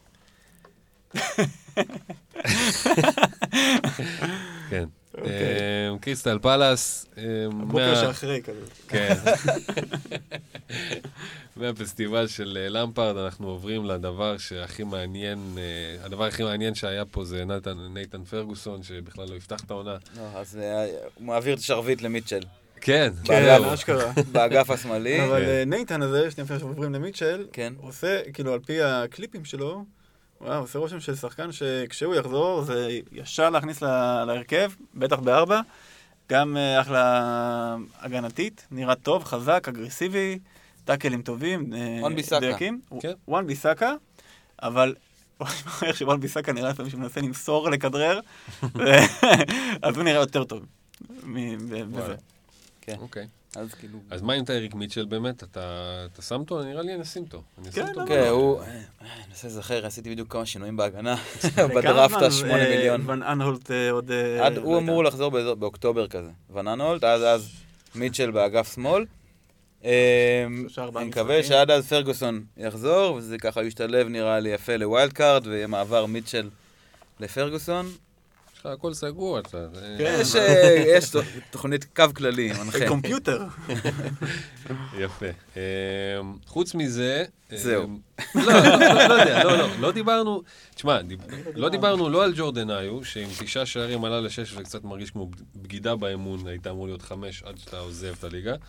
כן. קריסטל פלאס. הבוקר שאחרי כזה. כן. מהפסטיבל של למפרד אנחנו עוברים לדבר שהכי מעניין, הדבר הכי מעניין שהיה פה זה נייתן פרגוסון, שבכלל לא יפתח את העונה. אז הוא מעביר את השרביט למיטשל. כן. כן, מה שקרה. באגף השמאלי. אבל נייתן הזה, שני פעמים שעוברים למיטשל, הוא עושה, כאילו על פי הקליפים שלו, הוא עושה רושם של שחקן שכשהוא יחזור זה ישר להכניס להרכב, בטח ב4, גם אחלה הגנתית, נראה טוב, חזק, אגרסיבי, טאקלים טובים, דייקים. וואן ביסאקה, אבל איך שוואן ביסאקה נראה לפעמים שמנסה למסור לכדרר, אז הוא נראה יותר טוב בזה. כן. אוקיי. אז מה עם טייריק מיטשל באמת? אתה שם אותו? נראה לי אני אשים אותו. כן, הוא... אני אנסה לזכר, עשיתי בדיוק כמה שינויים בהגנה. בדראפט ה-8 מיליון. ון אנהולט עוד... הוא אמור לחזור באוקטובר כזה. ון אנהולט, אז מיטשל באגף שמאל. אני מקווה שעד אז פרגוסון יחזור, וזה ככה ישתלב נראה לי יפה לווילד קארד, ויהיה מעבר מיטשל לפרגוסון. הכל סגור, אתה... יש תוכנית קו כללי, מנחה. קומפיוטר. יפה. חוץ מזה... זהו. לא יודע, לא דיברנו... תשמע, לא דיברנו לא על ג'ורדניו, שעם 9 שערים עלה ל6 וקצת מרגיש כמו בגידה באמון, היית אמור להיות 5 עד שאתה עוזב את הליגה.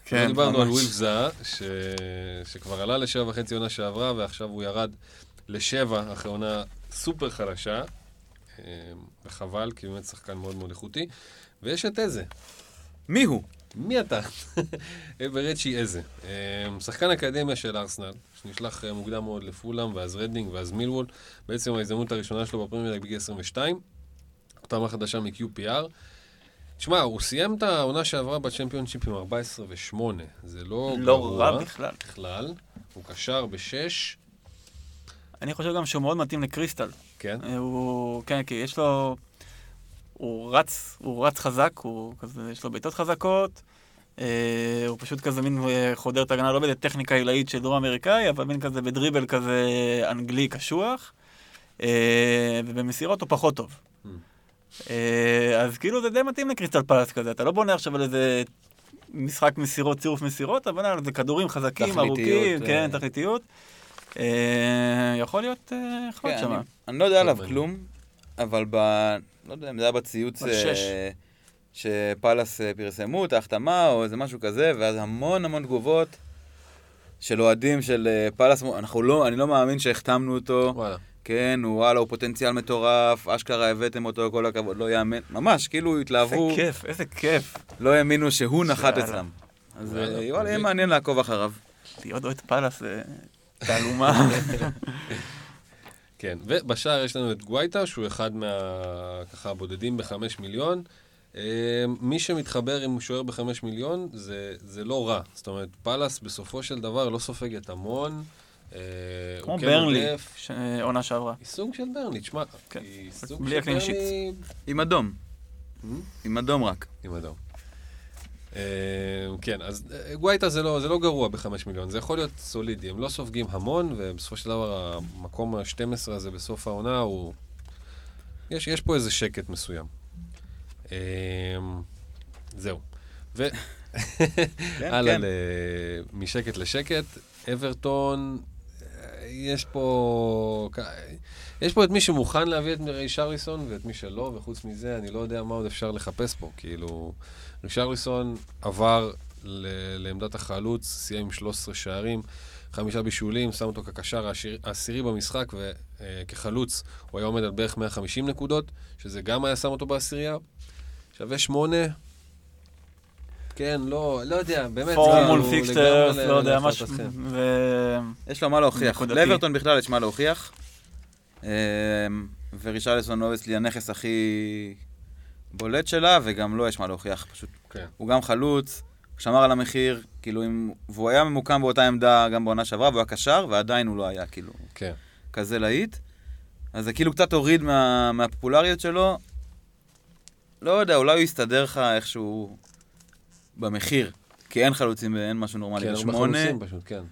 כן, דיברנו על ממש. ווילף זאה, שכבר עלה ל7.5 עונה שעברה, ועכשיו הוא ירד ל7 אחרי עונה סופר חלשה, וחבל, כי באמת שחקן מאוד מאוד איכותי. ויש את איזה. מי הוא? מי אתה? ברצ'י איזה. שחקן אקדמיה של ארסנל, שנשלח מוקדם מאוד לפולאם, ואז רדינג, ואז מילוול. בעצם ההזדמנות הראשונה שלו בפרמייר ליג בגיל 22. אותה חדשה מ-QPR. תשמע, הוא סיים את העונה שעברה בצ'מפיונשיפ עם 14 ו-8. זה לא לא רע בכלל. הוא קשר ב-6. אני חושב גם שהוא מאוד מתאים לקריסטל. כן. כן, כי יש לו... הוא רץ חזק, יש לו בעיטות חזקות, הוא פשוט כזה מין חודר את ההגנה, לא בטכניקה עילאית של דרום אמריקאי, אבל מין כזה בדריבל כזה אנגלי קשוח, ובמסירות הוא פחות טוב. אז כאילו זה די מתאים לקריסטל פלאס כזה, אתה לא בונה עכשיו על איזה משחק מסירות, צירוף מסירות, אבל על זה כדורים חזקים, ארוכים, כן, תכליתיות. יכול להיות שמה. אני לא יודע עליו כלום, אבל לא יודע אם זה היה בציוץ שפלאס פרסמו את ההחתמה או איזה משהו כזה, ואז המון תגובות של אוהדים של פלאס, אני לא מאמין שהחתמנו אותו. וואלה. כן, הוא פוטנציאל מטורף, אשכרה הבאתם אותו, כל הכבוד, לא יאמן. ממש, כאילו התלהבו. איזה כיף. לא האמינו שהוא נחת אצלם. אז וואלה, יהיה מעניין לעקוב אחריו. להיות אוהד פלאס זה תעלומה. כן, ובשער יש לנו את גווייטה, שהוא אחד ככה הבודדים ב5 מיליון. מי שמתחבר עם שוער ב5 מיליון, זה לא רע. זאת אומרת, פלאס בסופו של דבר לא סופגת המון. כמו ברנלי, עונה שעברה. היא סוג של ברנלי, תשמע. בלי הקלינשיט. עם אדום. עם אדום רק. עם אדום. כן, אז גווייטה זה לא גרוע ב5 מיליון, זה יכול להיות סולידי, הם לא סופגים המון, ובסופו של דבר המקום ה-12 הזה בסוף העונה יש פה איזה שקט מסוים. זהו. הלאה, משקט לשקט, אברטון, יש פה את מי שמוכן להביא את רישרליסון ואת מי שלא, וחוץ מזה אני לא יודע מה עוד אפשר לחפש פה, כאילו רישרליסון עבר לעמדת החלוץ, סיים עם 13 שערים, 5 בישולים, שם אותו כקשר העשירי במשחק, וכחלוץ הוא היה עומד על בערך 150 נקודות, שזה גם היה שם אותו בעשירייה, שווה 8, כן, לא יודע, באמת. פורמול פיקסטרס, לא יודע, משהו. יש לו מה להוכיח. לאברטון בכלל יש מה להוכיח. ורישרליסון הוא אצלי הנכס הכי בולט שלה, וגם לא יש מה להוכיח. פשוט, הוא גם חלוץ, הוא שמר על המחיר, כאילו, והוא היה ממוקם באותה עמדה גם בעונה שעברה, והוא היה קשר, ועדיין הוא לא היה, כאילו, כזה להיט. אז זה כאילו קצת הוריד מהפופולריות שלו. לא יודע, אולי הוא יסתדר לך איכשהו במחיר, כי אין חלוצים ואין משהו נורמלי. כן, הוא בחלוצים פשוט, כן.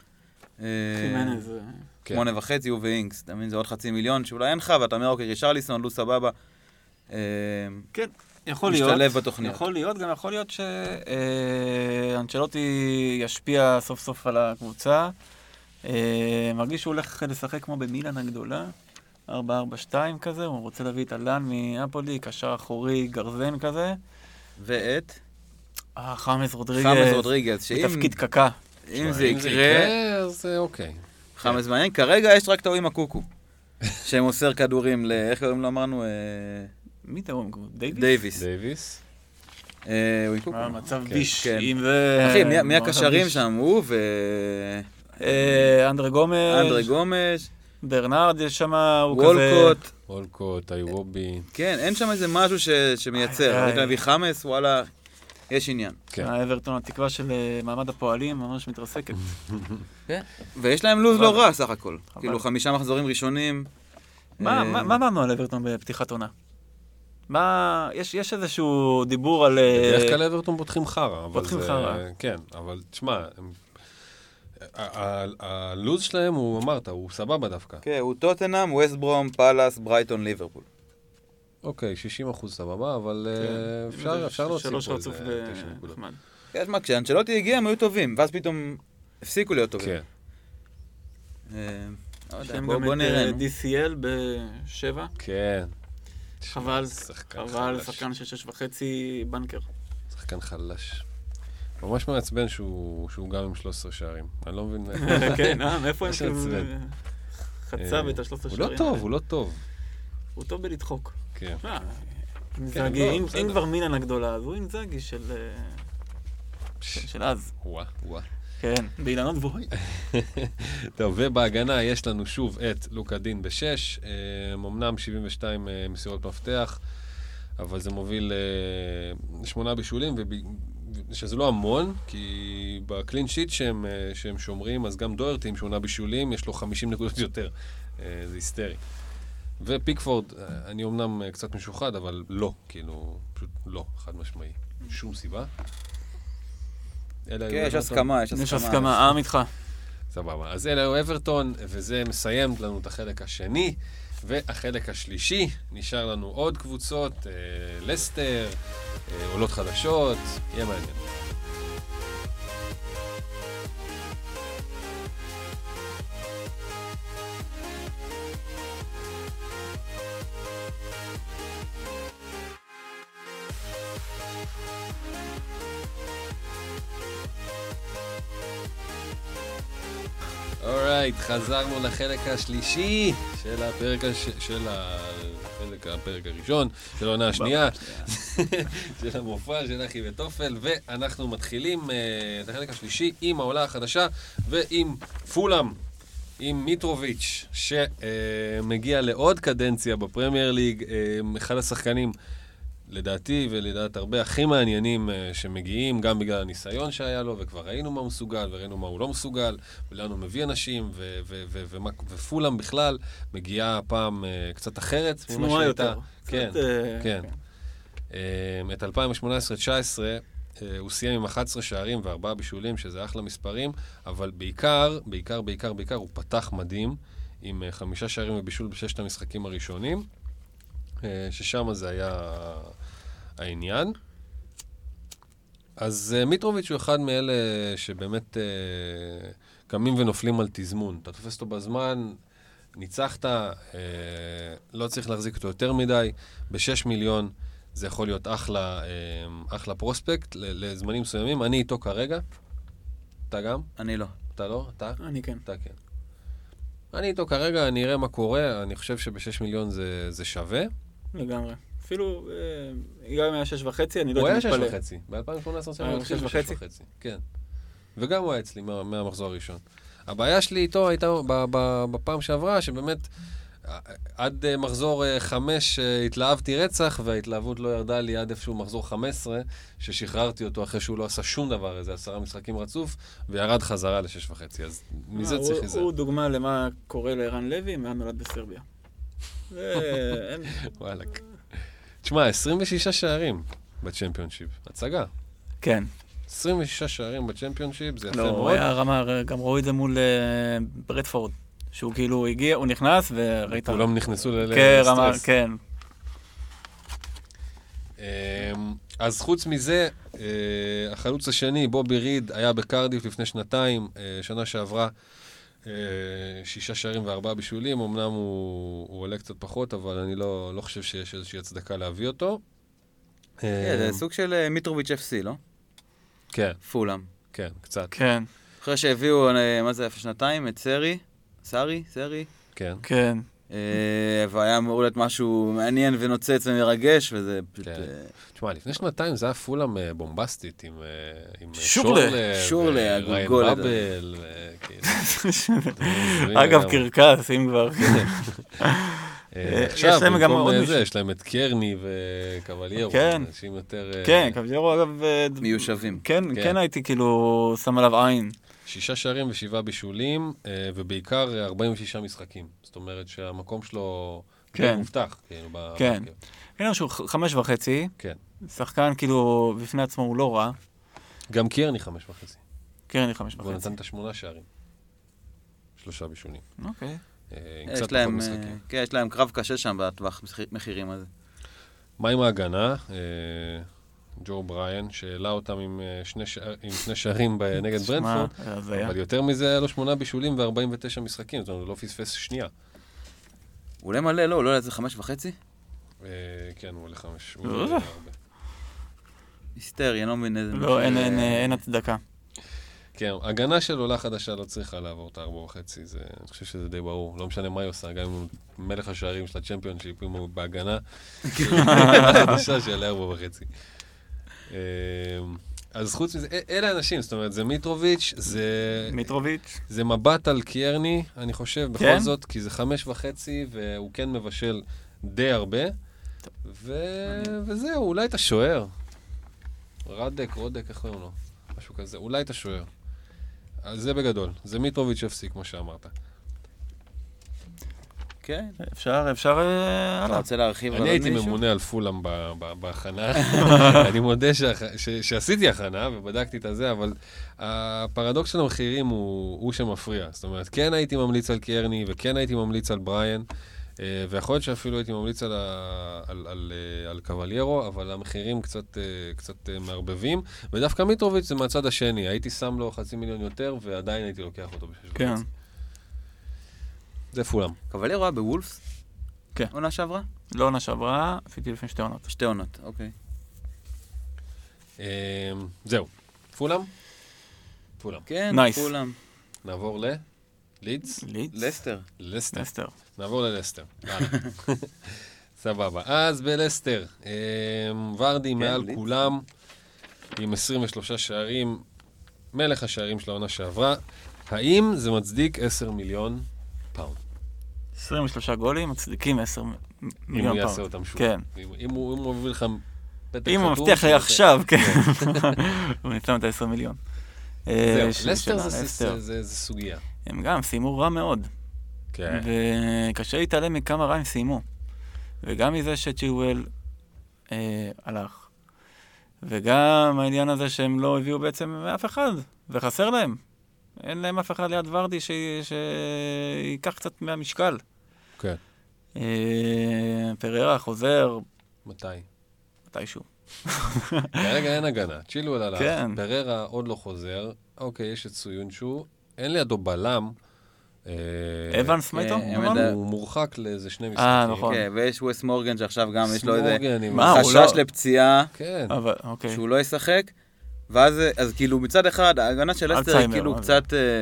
8.5 הוא ואינקס, אתה מבין, זה עוד 500,000 שאולי אין לך, ואתה אומר, אוקיי, רישרליסון, לו סבבה. כן, יכול להיות. משתלב בתוכניות. יכול להיות, גם יכול להיות שאנצ'לוטי ישפיע סוף סוף על הקבוצה. מרגיש שהוא הולך לשחק כמו במילאן הגדולה, 4-4-2 כזה, הוא רוצה להביא את אלן מאפולי, קשר אחורי, גרזן כזה. ואת? חמאס רודריגז. בתפקיד קקה. אם זה יקרה, אז אוקיי. חמאס מעניין. כרגע יש רק טעו עם הקוקו, שמוסר כדורים איך קוראים לו אמרנו? מי טעו עם קוקו? דייביס. מצב ביש. אחי, מי הקשרים שם? הוא אנדרי גומש. ברנרד יש שם, הוא כזה... וולקוט, איוובי. כן, אין שם איזה משהו שמייצר. אני להביא חמאס, וואלה, יש עניין. האברטון, התקווה של מעמד הפועלים, ממש מתרסקת. ויש להם לוז לא רע, סך הכל. כאילו 5 מחזורים ראשונים. מה אמרנו על אברטון בפתיחת עונה? יש איזשהו דיבור על... בדרך כלל אברטון פותחים חרא. פותחים חרא. כן, אבל תשמע... הלוז שלהם, הוא אמרת, הוא סבבה דווקא. כן, הוא טוטנהאם, ווסט ברום, פאלאס, ברייטון, ליברפול. אוקיי, 60% סבבה, אבל אפשר להוציא פה איזה 9 נקודות. כן, מה, כשאנצ'לוטי הגיע הם היו טובים, ואז פתאום הפסיקו להיות טובים. כן. בוא נראה. DCL ב7. כן. חבל, שחקן של 6.5 בנקר. שחקן חלש. ממש מעצבן שהוא גם עם 13 שערים. אני לא מבין. כן, מאיפה הם כאילו... מעצבן. חצה ואת ה-13 שערים. הוא לא טוב, הוא לא טוב. הוא טוב בלדחוק. כן. אינזאגי, אם כבר מילאן הגדולה, אז הוא אינזאגי של אז. וואה. כן, באילנות גבוהים. טוב, ובהגנה יש לנו שוב את לוקה דין ב-6, אמנם 72 מסירות מפתח, אבל זה מוביל 8 בישולים, שזה לא המון, כי בקלין שיט שהם שומרים, אז גם דוירטי עם 8 בישולים, יש לו 50 נקודות יותר. זה היסטרי. ופיקפורד, אני אמנם קצת משוחד, אבל לא, כאילו, פשוט לא, חד משמעי. שום סיבה. כן, יש הסכמה, יש הסכמה, העם איתך. סבבה. אז אלה הוא אברטון, וזה מסיים לנו את החלק השני, והחלק השלישי, נשאר לנו עוד קבוצות, לסטר, עולות חדשות, יהיה מעניין. אורייט, חזרנו לחלק השלישי של הפרק הראשון, של העונה השנייה, של המופע של אחי וטופל, ואנחנו מתחילים את החלק השלישי עם העולה החדשה ועם פולאם, עם מיטרוביץ', שמגיע לעוד קדנציה בפרמייר ליג, אחד השחקנים לדעתי ולדעת הרבה הכי מעניינים שמגיעים, גם בגלל הניסיון שהיה לו, וכבר ראינו מה הוא מסוגל, וראינו מה הוא לא מסוגל, ולאן הוא מביא אנשים, ופולאם בכלל מגיעה פעם קצת אחרת. צנועה יותר. כן, כן. את 2018-19 הוא סיים עם 11 שערים ו4 בישולים, שזה אחלה מספרים, אבל בעיקר הוא פתח מדהים, עם 5 שערים ובישול בששת המשחקים הראשונים, ששם זה היה העניין. אז מיטרוביץ' הוא אחד מאלה שבאמת קמים ונופלים על תזמון. אתה תופס אותו בזמן, ניצחת, לא צריך להחזיק אותו יותר מדי. ב6 מיליון זה יכול להיות אחלה פרוספקט לזמנים מסוימים. אני איתו כרגע. אתה גם? אני לא. אתה לא? אתה? אני כן. אתה כן. אני איתו כרגע, אני אראה מה קורה, אני חושב שב6 מיליון זה שווה. לגמרי. אפילו, גם אם היה 6.5, אני לא הוא הייתי מתפלא. היה 6.5. ב-2018 הוא היה 6.5. כן. וגם הוא היה אצלי מהמחזור הראשון. הבעיה שלי איתו הייתה בפעם שעברה, שבאמת עד מחזור 5 התלהבתי רצח, וההתלהבות לא ירדה לי עד איפשהו מחזור 15, ששחררתי אותו אחרי שהוא לא עשה שום דבר, איזה 10 משחקים רצוף, וירד חזרה ל6.5. אז מזה צריך לזה. הוא דוגמה למה קורה לערן לוי, מה נולד בסרביה. וואלק. תשמע, 26 שערים בצ'מפיונשיפ. הצגה. כן. 26 שערים בצ'מפיונשיפ, זה יפה לא, מאוד. הוא היה רמה, גם ראו את זה מול ברדפורד, שהוא כאילו הגיע, הוא נכנס וראית... כולם נכנסו כן, רמה, לסטרס. כן. אז חוץ מזה, החלוץ השני, בובי ריד, היה בקרדיף לפני שנתיים, שנה שעברה, 6 שערים ו4 בישולים, אמנם הוא עולה קצת פחות, אבל אני לא חושב שיש איזושהי הצדקה להביא אותו. כן, זה סוג של מיטרוביץ' FC, לא? כן. פולאם. כן, קצת. כן. אחרי שהביאו, מה זה, לפני שנתיים, את סרי? כן. כן. והיה אמור להיות משהו מעניין ונוצץ ומרגש, וזה פשוט... תשמע, לפני שנתיים זה היה פולאם בומבסטית, עם שורלה, ריין הגולגולת. באבל, אגב, קרקס, אם כבר. עכשיו, להם גם במקום עוד זה, יש להם את קרני וקבליירו, כן. אנשים יותר... כן, קבליירו אגב... מיושבים. כן הייתי כאילו שם עליו עין. 6 שערים ו7 בישולים, ובעיקר 46 משחקים. זאת אומרת שהמקום שלו כן. מובטח. כן. כן, שהוא 5.5. כן. שחקן כאילו בפני עצמו הוא לא רע. גם קרני 5.5. קרני 5.5. והוא נתן את 8 שערים. 3 בישולים. אוקיי. קצת פחות משחקים. כן, יש להם קרב קשה שם בטווח מחירים הזה. מה עם ההגנה? ג'ו בריין, שהעלה אותם עם 2 שערים נגד ברנפורד, אבל יותר מזה היה לו 8 בישולים ו49 משחקים, זאת אומרת, הוא לא פספס שנייה. הוא עולה מלא, לא, הוא לא עולה איזה 5.5? כן, הוא עולה 5. היסטרי, אני לא מבין איזה... לא, אין הצדקה. כן, הגנה של עולה חדשה לא צריכה לעבור את ה4.5, אני חושב שזה די ברור. לא משנה מה היא עושה, גם אם הוא מלך השערים של הצ'מפיונשיפ, אם הוא בהגנה, עולה חדשה שיעלה 4.5. אז חוץ מזה, אלה אנשים, זאת אומרת, זה מיטרוביץ', זה מבט על קיירני, אני חושב, בכל זאת, כי זה 5.5, והוא כן מבשל די הרבה, וזהו, אולי אתה שוער. רודק, איך קוראים לו? משהו כזה, אולי אתה שוער. אז זה בגדול, זה מיטרוביץ' FC, כמו שאמרת. כן. אפשר, אתה רוצה להרחיב על אני עוד מישהו? הייתי ממונה על פולאם בהכנה. אני מודה שעשיתי הכנה ובדקתי את זה, אבל הפרדוקס של המחירים הוא שמפריע. זאת אומרת, כן הייתי ממליץ על קיירני וכן הייתי ממליץ על בריין, ויכול להיות שאפילו הייתי ממליץ על קבליירו, אבל המחירים קצת מערבבים, ודווקא מיטרוביץ' זה מהצד השני. הייתי שם לו 500,000 יותר, ועדיין הייתי לוקח אותו ב6.5. כן. זה פולאם. קבליירו היה בוולפס? כן. עונה שעברה? לא עונה שעברה, עשיתי לפני 2 עונות. 2 עונות, אוקיי. זהו. פולאם? פולאם. כן, Nice. פולאם. נעבור לידס? לסטר. נעבור ללסטר. סבבה. אז בלסטר, ורדי מעל כולם, עם 23 שערים, מלך השערים של העונה שעברה. האם זה מצדיק 10 מיליון פאונד? 23 גולים, מצדיקים 10 מיליון פאונד. אם הוא יעשה אותם שוב. כן. אם הוא מביא לך פתק חתום. אם הוא מבטיח לי עכשיו, כן. הוא ניתן את ה-10 מיליון. זהו, לסטר זה סוגיה. הם גם סיימו רע מאוד. כן. וקשה להתעלם מכמה רע הם סיימו. וגם מזה שצ'יואל הלך. וגם העניין הזה שהם לא הביאו בעצם אף אחד, וחסר להם. אין להם אף אחד ליד ורדי שיקח קצת מהמשקל. כן. פררה חוזר. מתישהו. כרגע אין הגנה. צ'ילואל הלך. כן. פררה עוד לא חוזר. אוקיי, יש את סויונשו. אין לידו בלם. אבנס מה איתו? הוא מורחק לאיזה 2 משחקים. נכון. כן, ויש ווס מורגן שעכשיו גם יש לו איזה מה, חשש לפציעה, כן. אוקיי. שהוא לא ישחק, ואז אז כאילו מצד אחד, ההגנה של לסטר היא כאילו קצת,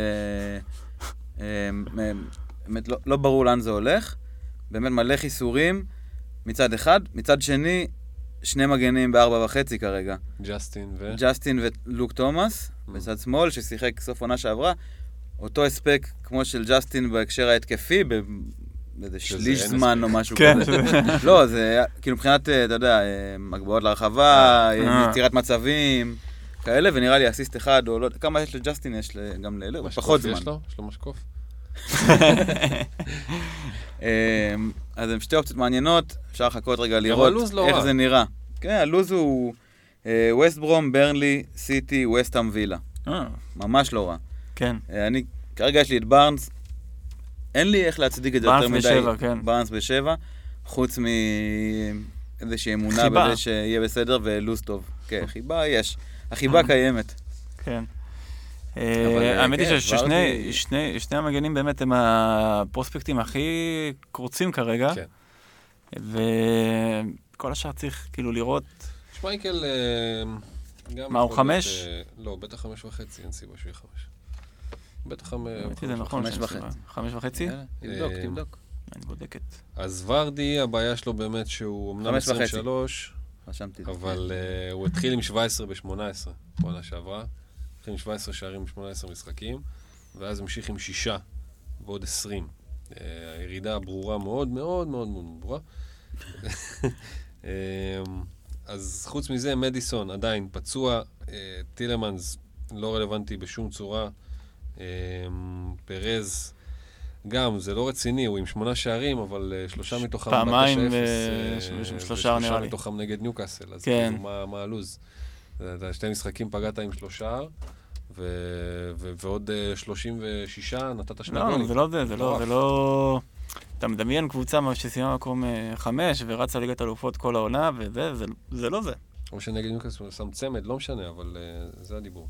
באמת לא ברור לאן זה הולך, באמת מלא חיסורים מצד אחד, מצד שני, 2 מגנים ב4.5 כרגע. ג'סטין ולוק תומאס, בצד שמאל, ששיחק סוף עונה שעברה, אותו הספק כמו של ג'סטין בהקשר ההתקפי, באיזה שליש זמן או משהו כזה. לא, זה כאילו מבחינת, אתה יודע, הגבוהות להרחבה, יצירת מצבים, כאלה, ונראה לי אסיסט אחד, או לא, כמה יש לג'סטין, יש גם פחות זמן. יש לו משקוף? אז הם 2 אופציות מעניינות, אפשר לחכות רגע לראות איך זה נראה. כן, הלוז הוא ווסט ברום, ברנלי, סיטי, ווסט-האם וילה. ממש לא רע. כן. אני, כרגע יש לי את בארנס, אין לי איך להצדיק את זה יותר מדי. בארנס ב7, חוץ מאיזושהי אמונה בזה שיהיה בסדר ולוז טוב. כן, חיבה יש. החיבה קיימת. כן. האמת היא ששני המגנים באמת הם הפרוספקטים הכי קרוצים כרגע. כן. וכל השאר צריך כאילו לראות... שמייקל... מה, הוא 5? לא, בטח 5.5, אין סיבה שהוא יהיה 5. בטח 5.5. 5.5? תבדוק. אני בודקת. אז ורדי, הבעיה שלו באמת שהוא אמנם 23, אבל הוא התחיל עם 17 ב-18, בעונה שעברה. התחיל עם 17 שערים ב-18 משחקים, ואז המשיך עם 6 ועוד 20. הירידה ברורה מאוד מאוד מאוד מאוד ברורה. אז חוץ מזה, מדיסון עדיין פצוע, טילמנס לא רלוונטי בשום צורה, פרז גם, זה לא רציני, הוא עם 8 שערים, אבל 3 מתוכם פעמיים ו3 מתוכם נגד ניוקאסל, אז כן. מה הלוז? 2 משחקים פגעת עם 3, ועוד 36 נתת 2 גולים. לא, זה לא זה, זה לא... אתה מדמיין קבוצה שסיימה מקום 5 ורצה ליגת אלופות כל העונה, וזה לא זה. או שנגד ניוקאסל הוא שם צמד, לא משנה, אבל זה הדיבור.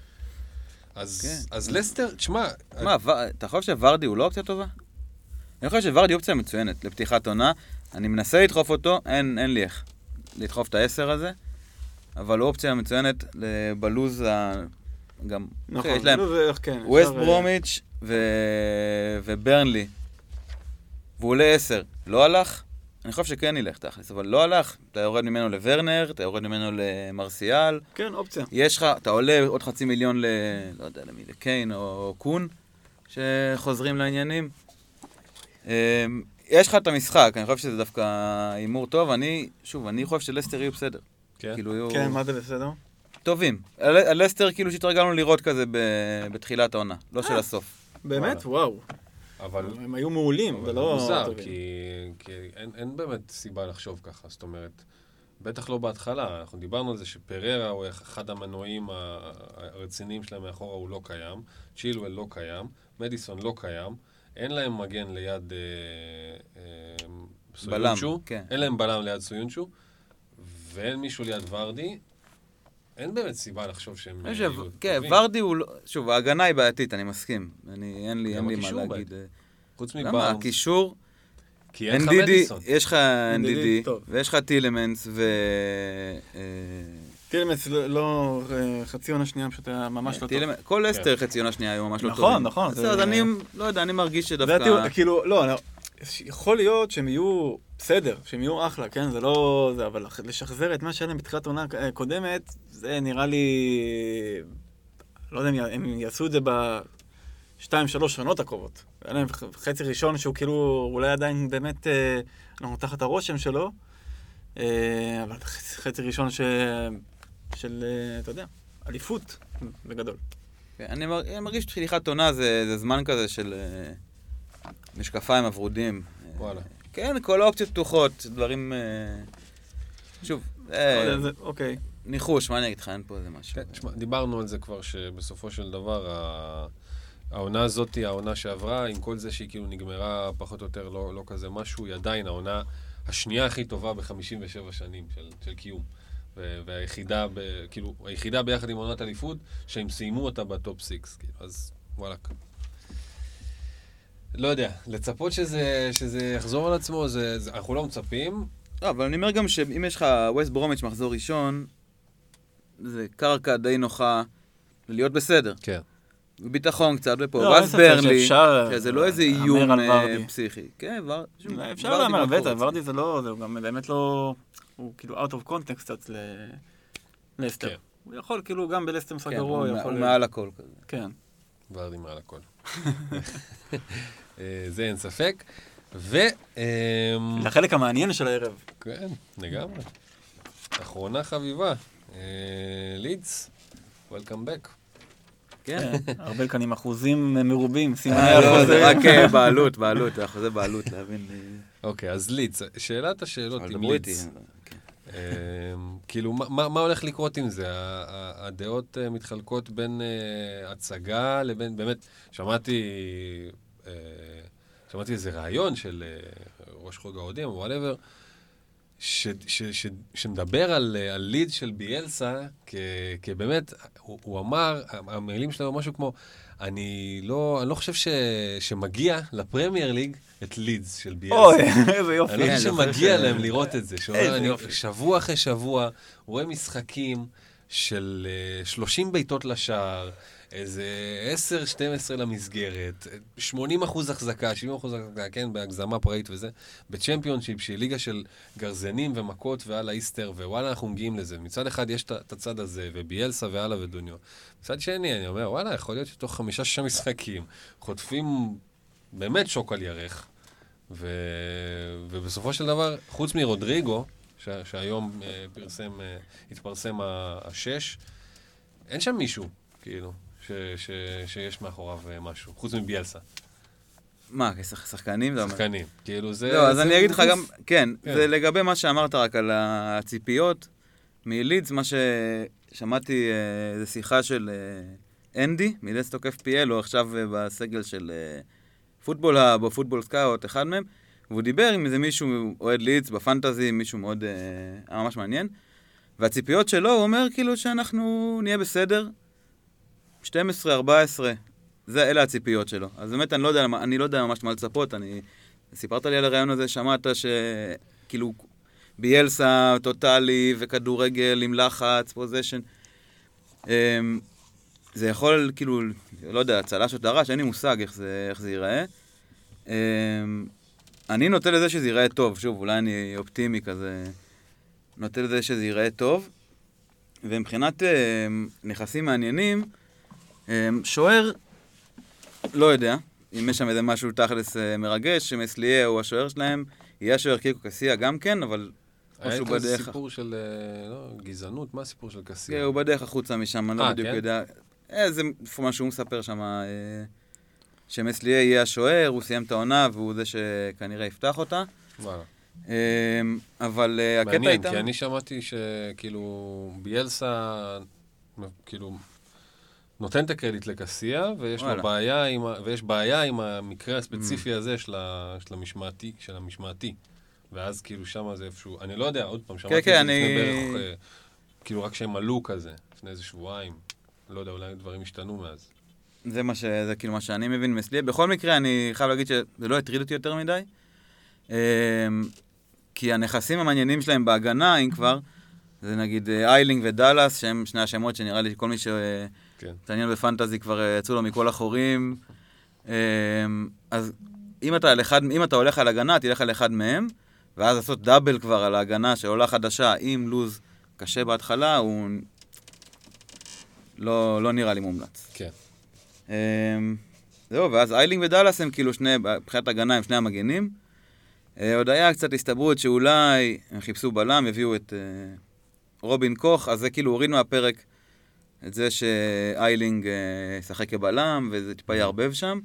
אז לסטר, תשמע... מה, אתה חושב שוורדי הוא לא אופציה טובה? אני חושב שוורדי אופציה מצוינת לפתיחת עונה. אני מנסה לדחוף אותו, אין לי איך לדחוף את ה10 הזה. אבל הוא אופציה מצוינת בלוז גם... נכון, יש להם כן. ווסט ברומיץ' וברנלי. והוא עולה 10. לא הלך? אני חושב שכן ילך תכלס, אבל לא הלך. אתה יורד ממנו לוורנר, אתה יורד ממנו למרסיאל. כן, אופציה. יש לך, אתה עולה עוד 500,000 לא יודע למי, לקיין או קון, שחוזרים לעניינים. יש לך את המשחק, אני חושב שזה דווקא הימור טוב. אני חושב שלסטר יהיו בסדר. כן? כן, מה זה בסדר? טובים. הלסטר כאילו שהתרגלנו לראות כזה בתחילת העונה, לא של הסוף. באמת? וואו. אבל... הם היו מעולים, אבל ולא... זה מוזר, כי אין באמת סיבה לחשוב ככה, זאת אומרת, בטח לא בהתחלה, אנחנו דיברנו על זה שפררה הוא אחד המנועים הרציניים שלהם מאחורה, הוא לא קיים, צ'ילואל לא קיים, מדיסון לא קיים, אין להם מגן ליד סויונצ'ו, כן. אין להם בלם ליד סויונצ'ו, ואין מישהו ליד ורדי, אין באמת סיבה לחשוב שהם יהיו טובים. כן, ורדי הוא לא... שוב, ההגנה היא בעייתית, אני מסכים. אין לי מה להגיד. חוץ למה? מבאונס. הקישור... כי אין לך מדיסון. יש לך אנדידי, טוב. ויש לך טילמנס טילמנס לא... חצי עונה שנייה פשוט היה ממש לא טוב. כל אסטר חצי עונה שנייה היו ממש לא טובים. נכון, נכון. אז אני לא יודע, אני מרגיש שדווקא... כאילו, לא, יכול להיות שהם יהיו בסדר, שהם יהיו אחלה, כן? זה לא... אבל לשחזר את מה שהיה להם בתחילת עונה קודמת, זה נראה לי... לא יודע אם הם יעשו את זה ב2-3 שנות הקרובות. היה להם חצי ראשון שהוא כאילו אולי עדיין באמת אנחנו תחת הרושם שלו, אבל חצי ראשון של, אתה יודע, אליפות בגדול. אני מרגיש שתחילת עונה זה זמן כזה של משקפיים עברודים. וואלה. כן, כל האופציות פתוחות, דברים... שוב, אוקיי. ניחוש, מה אני אגיד לך, אין פה איזה משהו. תשמע, דיברנו על זה כבר שבסופו של דבר העונה הזאת היא העונה שעברה, עם כל זה שהיא כאילו נגמרה פחות או יותר לא כזה משהו, היא עדיין העונה השנייה הכי טובה ב-57 שנים של קיום. והיחידה, כאילו, היחידה ביחד עם עונת אליפות, שהם סיימו אותה בטופ 6. כאילו, אז וואלה. לא יודע, לצפות שזה יחזור על עצמו, אנחנו לא מצפים. לא, אבל אני אומר גם שאם יש לך ווסט ברומיץ' מחזור ראשון, זה קרקע די נוחה להיות בסדר. כן. ביטחון קצת ופה, לא, ואז ברלי, שאפשר זה לא איזה איום פסיכי. כן, אפשר לאמר, בטח, ורדי זה לא, זה גם באמת לא, הוא כאילו out of context קצת לסטר. כן. הוא יכול כאילו גם בלסטר משחק כן, גרוע, הוא יכול... מעל הכל כזה. כן. ורדי מעל הכל. זה אין ספק. לחלק המעניין של הערב. כן, לגמרי. אחרונה חביבה. לידס, welcome back. כן. הרבה כאן עם אחוזים מרובים, סימני לא, זה אחוזים. רק בעלות, אחוזי בעלות, להבין. אוקיי, אז לידס, שאלת השאלות עם דברו איתי. לידס. כאילו, מה הולך לקרות עם זה? הדעות מתחלקות בין הצגה לבין, באמת, שמעתי איזה רעיון של ראש חוג האוהדים, או whatever, שמדבר על ליד של ביאלסה, כבאמת, הוא אמר, המילים שלו משהו כמו, אני לא חושב שמגיע לפרמייר ליג את לידס של ביאלסה. אוי, איזה יופי. אני לא חושב שמגיע להם לראות את זה. איזה יופי. שבוע אחרי שבוע, הוא רואה משחקים של 30 בעיטות לשער, איזה 10-12 למסגרת, 80% החזקה, 70% החזקה, כן, בהגזמה פראית וזה, בצ'מפיונשיפ, שהיא ליגה של גרזנים ומכות ועל האיסטר, ווואלה, אנחנו מגיעים לזה. מצד אחד יש את הצד הזה, וביאלסה ועלה ודוניו. מצד שני, אני אומר, וואלה, יכול להיות שתוך 5-6 משחקים, חוטפים באמת שוק על ירך, ובסופו של דבר, חוץ מרודריגו, שהיום התפרסם השש, אין שם מישהו, כאילו. שיש מאחוריו משהו, חוץ מביאלסה. מה, שחקנים? שחקנים, כאילו זה... לא, אז אני אגיד לך גם, כן, זה לגבי מה שאמרת רק על הציפיות מלידס, מה ששמעתי, זה שיחה של אנדי, מלסטוק FPL, הוא עכשיו בסגל של פוטבול האב או פוטבול סקאוט, אחד מהם, והוא דיבר עם איזה מישהו אוהד לידס בפנטזי, מישהו מאוד ממש מעניין, והציפיות שלו, הוא אומר כאילו שאנחנו נהיה בסדר, 12, 14, אלה הציפיות שלו. אז באמת אני לא יודע ממש מה לצפות, סיפרת לי על הרעיון הזה, שמעת שכאילו ביאלסה טוטלי וכדורגל עם לחץ, פוזיישן. זה יכול, כאילו, לא יודע, צלש או דרש, אין לי מושג איך זה ייראה. אני נוטה לזה שזה ייראה טוב, שוב, אולי אני אופטימי כזה, נוטה לזה שזה ייראה טוב. ומבחינת נכסים מעניינים, שוער, לא יודע, אם יש שם איזה משהו תכלס מרגש, שמסליה הוא השוער שלהם, יהיה השוער קיקו קסיה גם כן, אבל היה את הסיפור של גזענות, מה הסיפור של קסיה? כן, הוא בדרך החוצה משם, אני לא בדיוק יודע. זה מה שהוא מספר שם, שמסליה יהיה השוער, הוא סיים את העונה, והוא זה שכנראה יפתח אותה. וואלה. אבל הקטע מעניין, איתם... כי אני שמעתי שכאילו ביאלסה, כאילו, נותן את הקרדיט לקסיה, ויש לו בעיה ויש בעיה עם המקרה הספציפי הזה של המשמעתי. ואז כאילו שמה זה איפשהו, אני לא יודע, עוד פעם, שמעתי את זה לפני בערך, כאילו רק שהם עלו כזה, לפני איזה שבועיים. לא יודע, אולי דברים השתנו מאז. זה כאילו מה שאני מבין מסליה. בכל מקרה, אני חייב להגיד שזה לא הטריד אותי יותר מדי. כי הנכסים המעניינים שלהם בהגנה, אם כבר, זה נגיד איילינג ודלס, שהם שני השמות שנראה לי שכל מי שתעניין בפנטזי כבר יצאו לו מכל החורים. אז אם אתה הולך על הגנה, תלך על אחד מהם, ואז לעשות דאבל כבר על ההגנה שעולה חדשה עם לוז קשה בהתחלה, הוא לא נראה לי מומלץ. כן. זהו, ואז איילינג ודלס הם כאילו מבחינת הגנה הם שני המגנים. עוד היה קצת הסתברות שאולי הם חיפשו בלם, הביאו את רובין קוך, אז זה כאילו הורידו מהפרק את זה שאיילינג ישחק כבלם, וזה טיפה יערבב שם.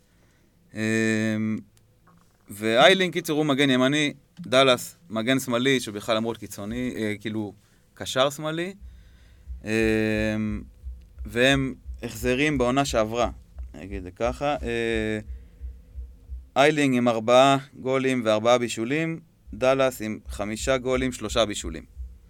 ואיילינג קיצור הוא מגן ימני, דלס מגן שמאלי, שבכלל למרות קיצוני, כאילו קשר שמאלי, והם החזרים בעונה שעברה, נגיד זה ככה, איילינג עם 4 גולים ו4 בישולים, דלס עם 5 גולים, 3 בישולים.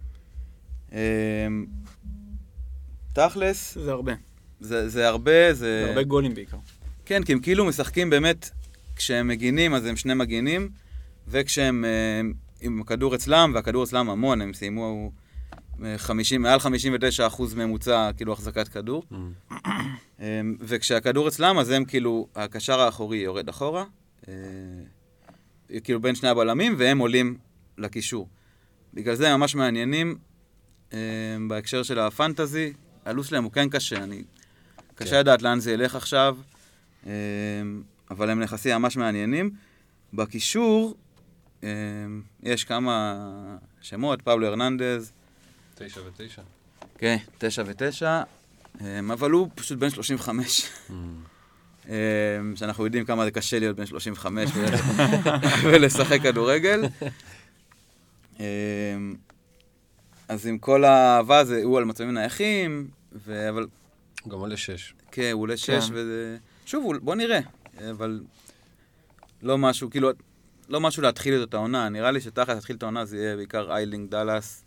תכלס... זה הרבה. זה הרבה, זה הרבה גולים בעיקר. כן, כי הם כאילו משחקים באמת, כשהם מגינים, אז הם שני מגינים, וכשהם עם הכדור אצלם, והכדור אצלם המון, הם סיימו מעל 59% ממוצע, כאילו, החזקת כדור. וכשהכדור אצלם, אז הם כאילו, הקשר האחורי יורד אחורה, כאילו בין שני הבלמים, והם עולים לקישור. בגלל זה הם ממש מעניינים, בהקשר של הפנטזי, הלו"ז שלהם הוא כן קשה, קשה לדעת לאן זה ילך עכשיו, אבל הם נכסים ממש מעניינים. בקישור, יש כמה שמות, פאולו הרננדז. 9 ו-9. כן, 9 ו-9, אבל הוא פשוט בן 35. שאנחנו יודעים כמה זה קשה להיות בן 35 ולשחק כדורגל. אז עם כל האהבה, הוא על מצבים נייחים, אבל... הוא גם עולה 6. כן, הוא עולה 6, וזה... שוב, בוא נראה, אבל לא משהו, כאילו, לא משהו להתחיל את העונה. נראה לי שתחת להתחיל את העונה זה יהיה בעיקר איילינג, דלס.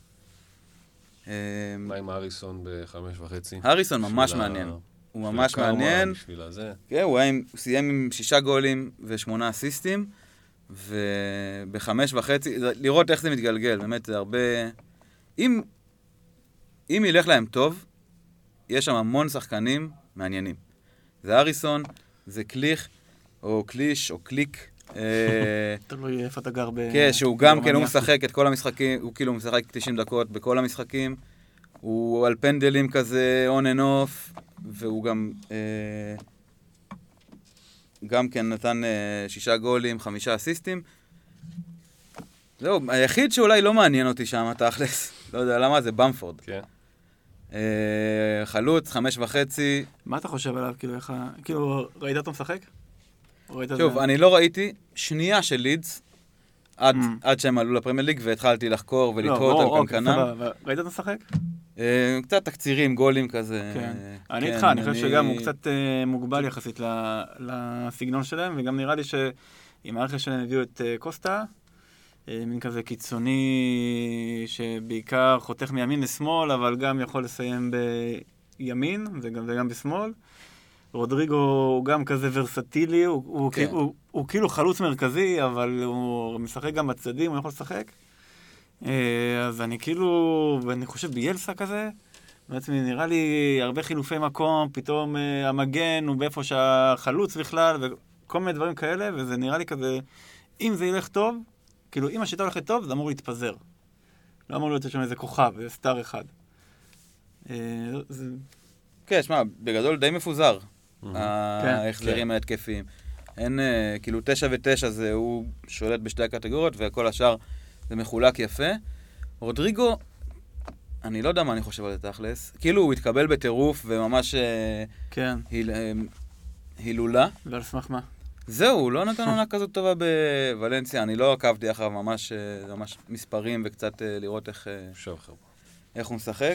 מה עם הריסון ב5.5? הריסון ממש מעניין. הוא ממש מעניין. כן, הוא סיים עם 6 גולים ו8 אסיסטים, וב5.5, לראות איך זה מתגלגל, באמת זה הרבה... אם ילך להם טוב, יש שם המון שחקנים מעניינים. זה הריסון, זה קליך, או קליש, או קליק. תלוי איפה אתה גר ב... כן, שהוא גם כן, הוא משחק את כל המשחקים, הוא כאילו משחק 90 דקות בכל המשחקים, הוא על פנדלים כזה, on and off, והוא גם כן נתן 6 גולים, 5 אסיסטים. זהו, היחיד שאולי לא מעניין אותי שם, תכלס, לא יודע למה, זה במפורד. כן. חלוץ, 5.5. מה אתה חושב עליו? כאילו, ראית אותו משחק? שוב, אני לא ראיתי שנייה של לידס, עד שהם עלו לפרמייר ליג, והתחלתי לחקור ולתהות על קנקנם. ראית אותו משחק? קצת תקצירים, גולים כזה. אני איתך, אני חושב שגם הוא קצת מוגבל יחסית לסגנון שלהם, וגם נראה לי שעם הרכש שלהם הביאו את קוסטה, מין כזה קיצוני שבעיקר חותך מימין לשמאל, אבל גם יכול לסיים בימין וגם בשמאל. רודריגו הוא גם כזה ורסטילי, הוא כאילו חלוץ מרכזי, אבל הוא משחק גם בצדדים, הוא יכול לשחק. אז אני כאילו, ואני חושב ביאלסה כזה, בעצם נראה לי הרבה חילופי מקום, פתאום המגן הוא באיפה שהחלוץ בכלל, וכל מיני דברים כאלה, וזה נראה לי כזה, אם זה ילך טוב, כאילו אם השיטה הולכת טוב, זה אמור להתפזר. לא אמור להיות שם איזה כוכב, איזה סטאר אחד. כן, שמע, בגדול די מפוזר, ההחזרים ההתקפיים. אין, כאילו 9 ו-9 זה, הוא שולט בשתי הקטגוריות, וכל השאר זה מחולק יפה. רודריגו, אני לא יודע מה אני חושב על זה תכלס. כאילו הוא התקבל בטירוף וממש הילולה. ועל סמך מה? זהו, הוא לא נתן עונה כזאת טובה בוולנסיה. אני לא עקבתי אחריו ממש מספרים וקצת לראות איך הוא משחק.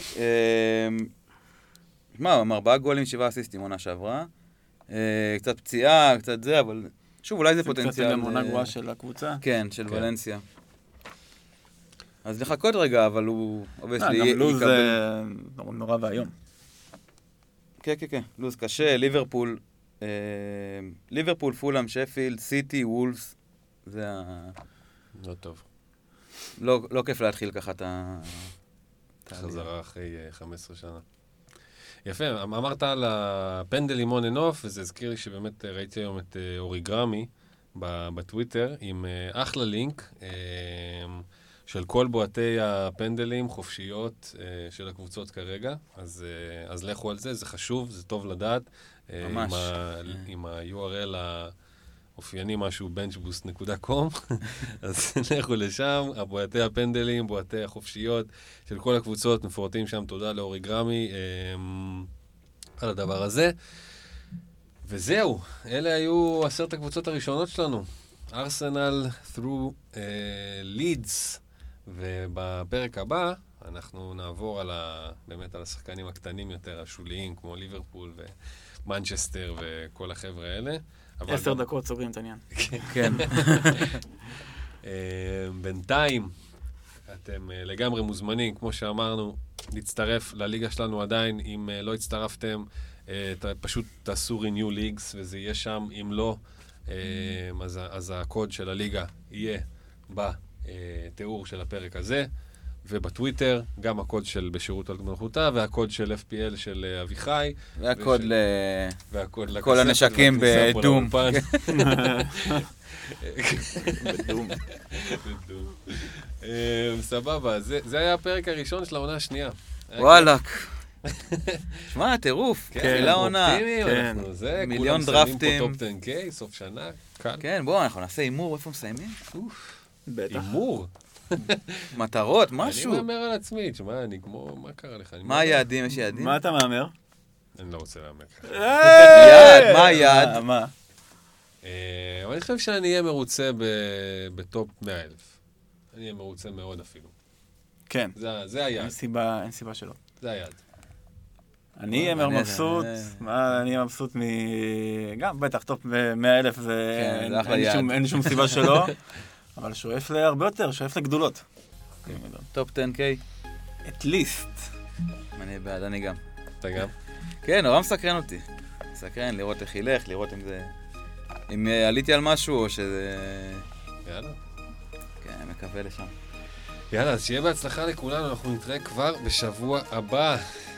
מה, 4 גולים, 7 אסיסטים עונה שעברה. קצת פציעה, קצת זה, אבל שוב, אולי זה פוטנציאל. קצת גם עונה גרועה של הקבוצה. כן, של ולנסיה. אז לחכות רגע, אבל הוא... גם לוז זה נורא והיום. כן, כן, כן. לוז קשה, ליברפול, פולאם, שפילד, סיטי, וולפס. זה ה... לא טוב. לא כיף להתחיל ככה את ה... חזרה אחרי 15 שנה. יפה, אמרת על הפנדלים און אנד אוף, וזה הזכיר לי שבאמת ראיתי היום את אוריגרמי בטוויטר, עם אחלה לינק של כל בועטי הפנדלים חופשיות של הקבוצות כרגע, אז לכו על זה, זה חשוב, זה טוב לדעת. ממש. עם ה-URL האופייני משהו, benchboost.com, אז לכו לשם, הבועטי הפנדלים, בועטי החופשיות של כל הקבוצות, מפורטים שם, תודה לאוריגרמי על הדבר הזה. וזהו, אלה היו 10 הקבוצות הראשונות שלנו. ארסנל through Leeds, ובפרק הבא אנחנו נעבור באמת על השחקנים הקטנים יותר, השוליים, כמו ליברפול ומנצ'סטר וכל החבר'ה האלה. 10 דקות סוגרים את העניין. כן. בינתיים, אתם לגמרי מוזמנים, כמו שאמרנו, להצטרף לליגה שלנו עדיין. אם לא הצטרפתם, פשוט תעשו renew leagues, וזה יהיה שם. אם לא, אז הקוד של הליגה יהיה בתיאור של הפרק הזה, ובטוויטר, גם הקוד של בשירות על מלכותה, והקוד של FPL של אביחי. והקוד לכל הנשקים בדום. בדום. סבבה, זה היה הפרק הראשון של העונה השנייה. וואלק. שמע, טירוף. כן, עונה. מיליון דרפטים. כולם שמים פה טופ 10K, סוף שנה. כן, בואו, אנחנו נעשה אימור, איפה מסיימים? בטח. אימור? מטרות, משהו. אני מאמר על עצמי, תשמע, אני כמו, מה קרה לך? מה היעדים? יש יעדים? מה אתה מאמר? אני לא רוצה לאמר ככה. יעד, מה היעד? מה? אבל אני חושב שאני אהיה מרוצה בטופ 100,000. אני אהיה מרוצה מאוד אפילו. כן. זה היעד. אין סיבה שלא. זה היעד. אני אהיה מבסוט, אני אהיה מבסוט גם בטח טופ 100,000 זה אין לי שום סיבה שלא, אבל שואף להרבה יותר, שואף לגדולות. טופ 10K? at least. אני בעד, אני גם. אתה גם? כן, נורא מסקרן אותי. מסקרן, לראות איך ילך, לראות אם זה... אם עליתי על משהו או שזה... יאללה. כן, מקווה לשם. יאללה, אז שיהיה בהצלחה לכולנו, אנחנו נתראה כבר בשבוע הבא.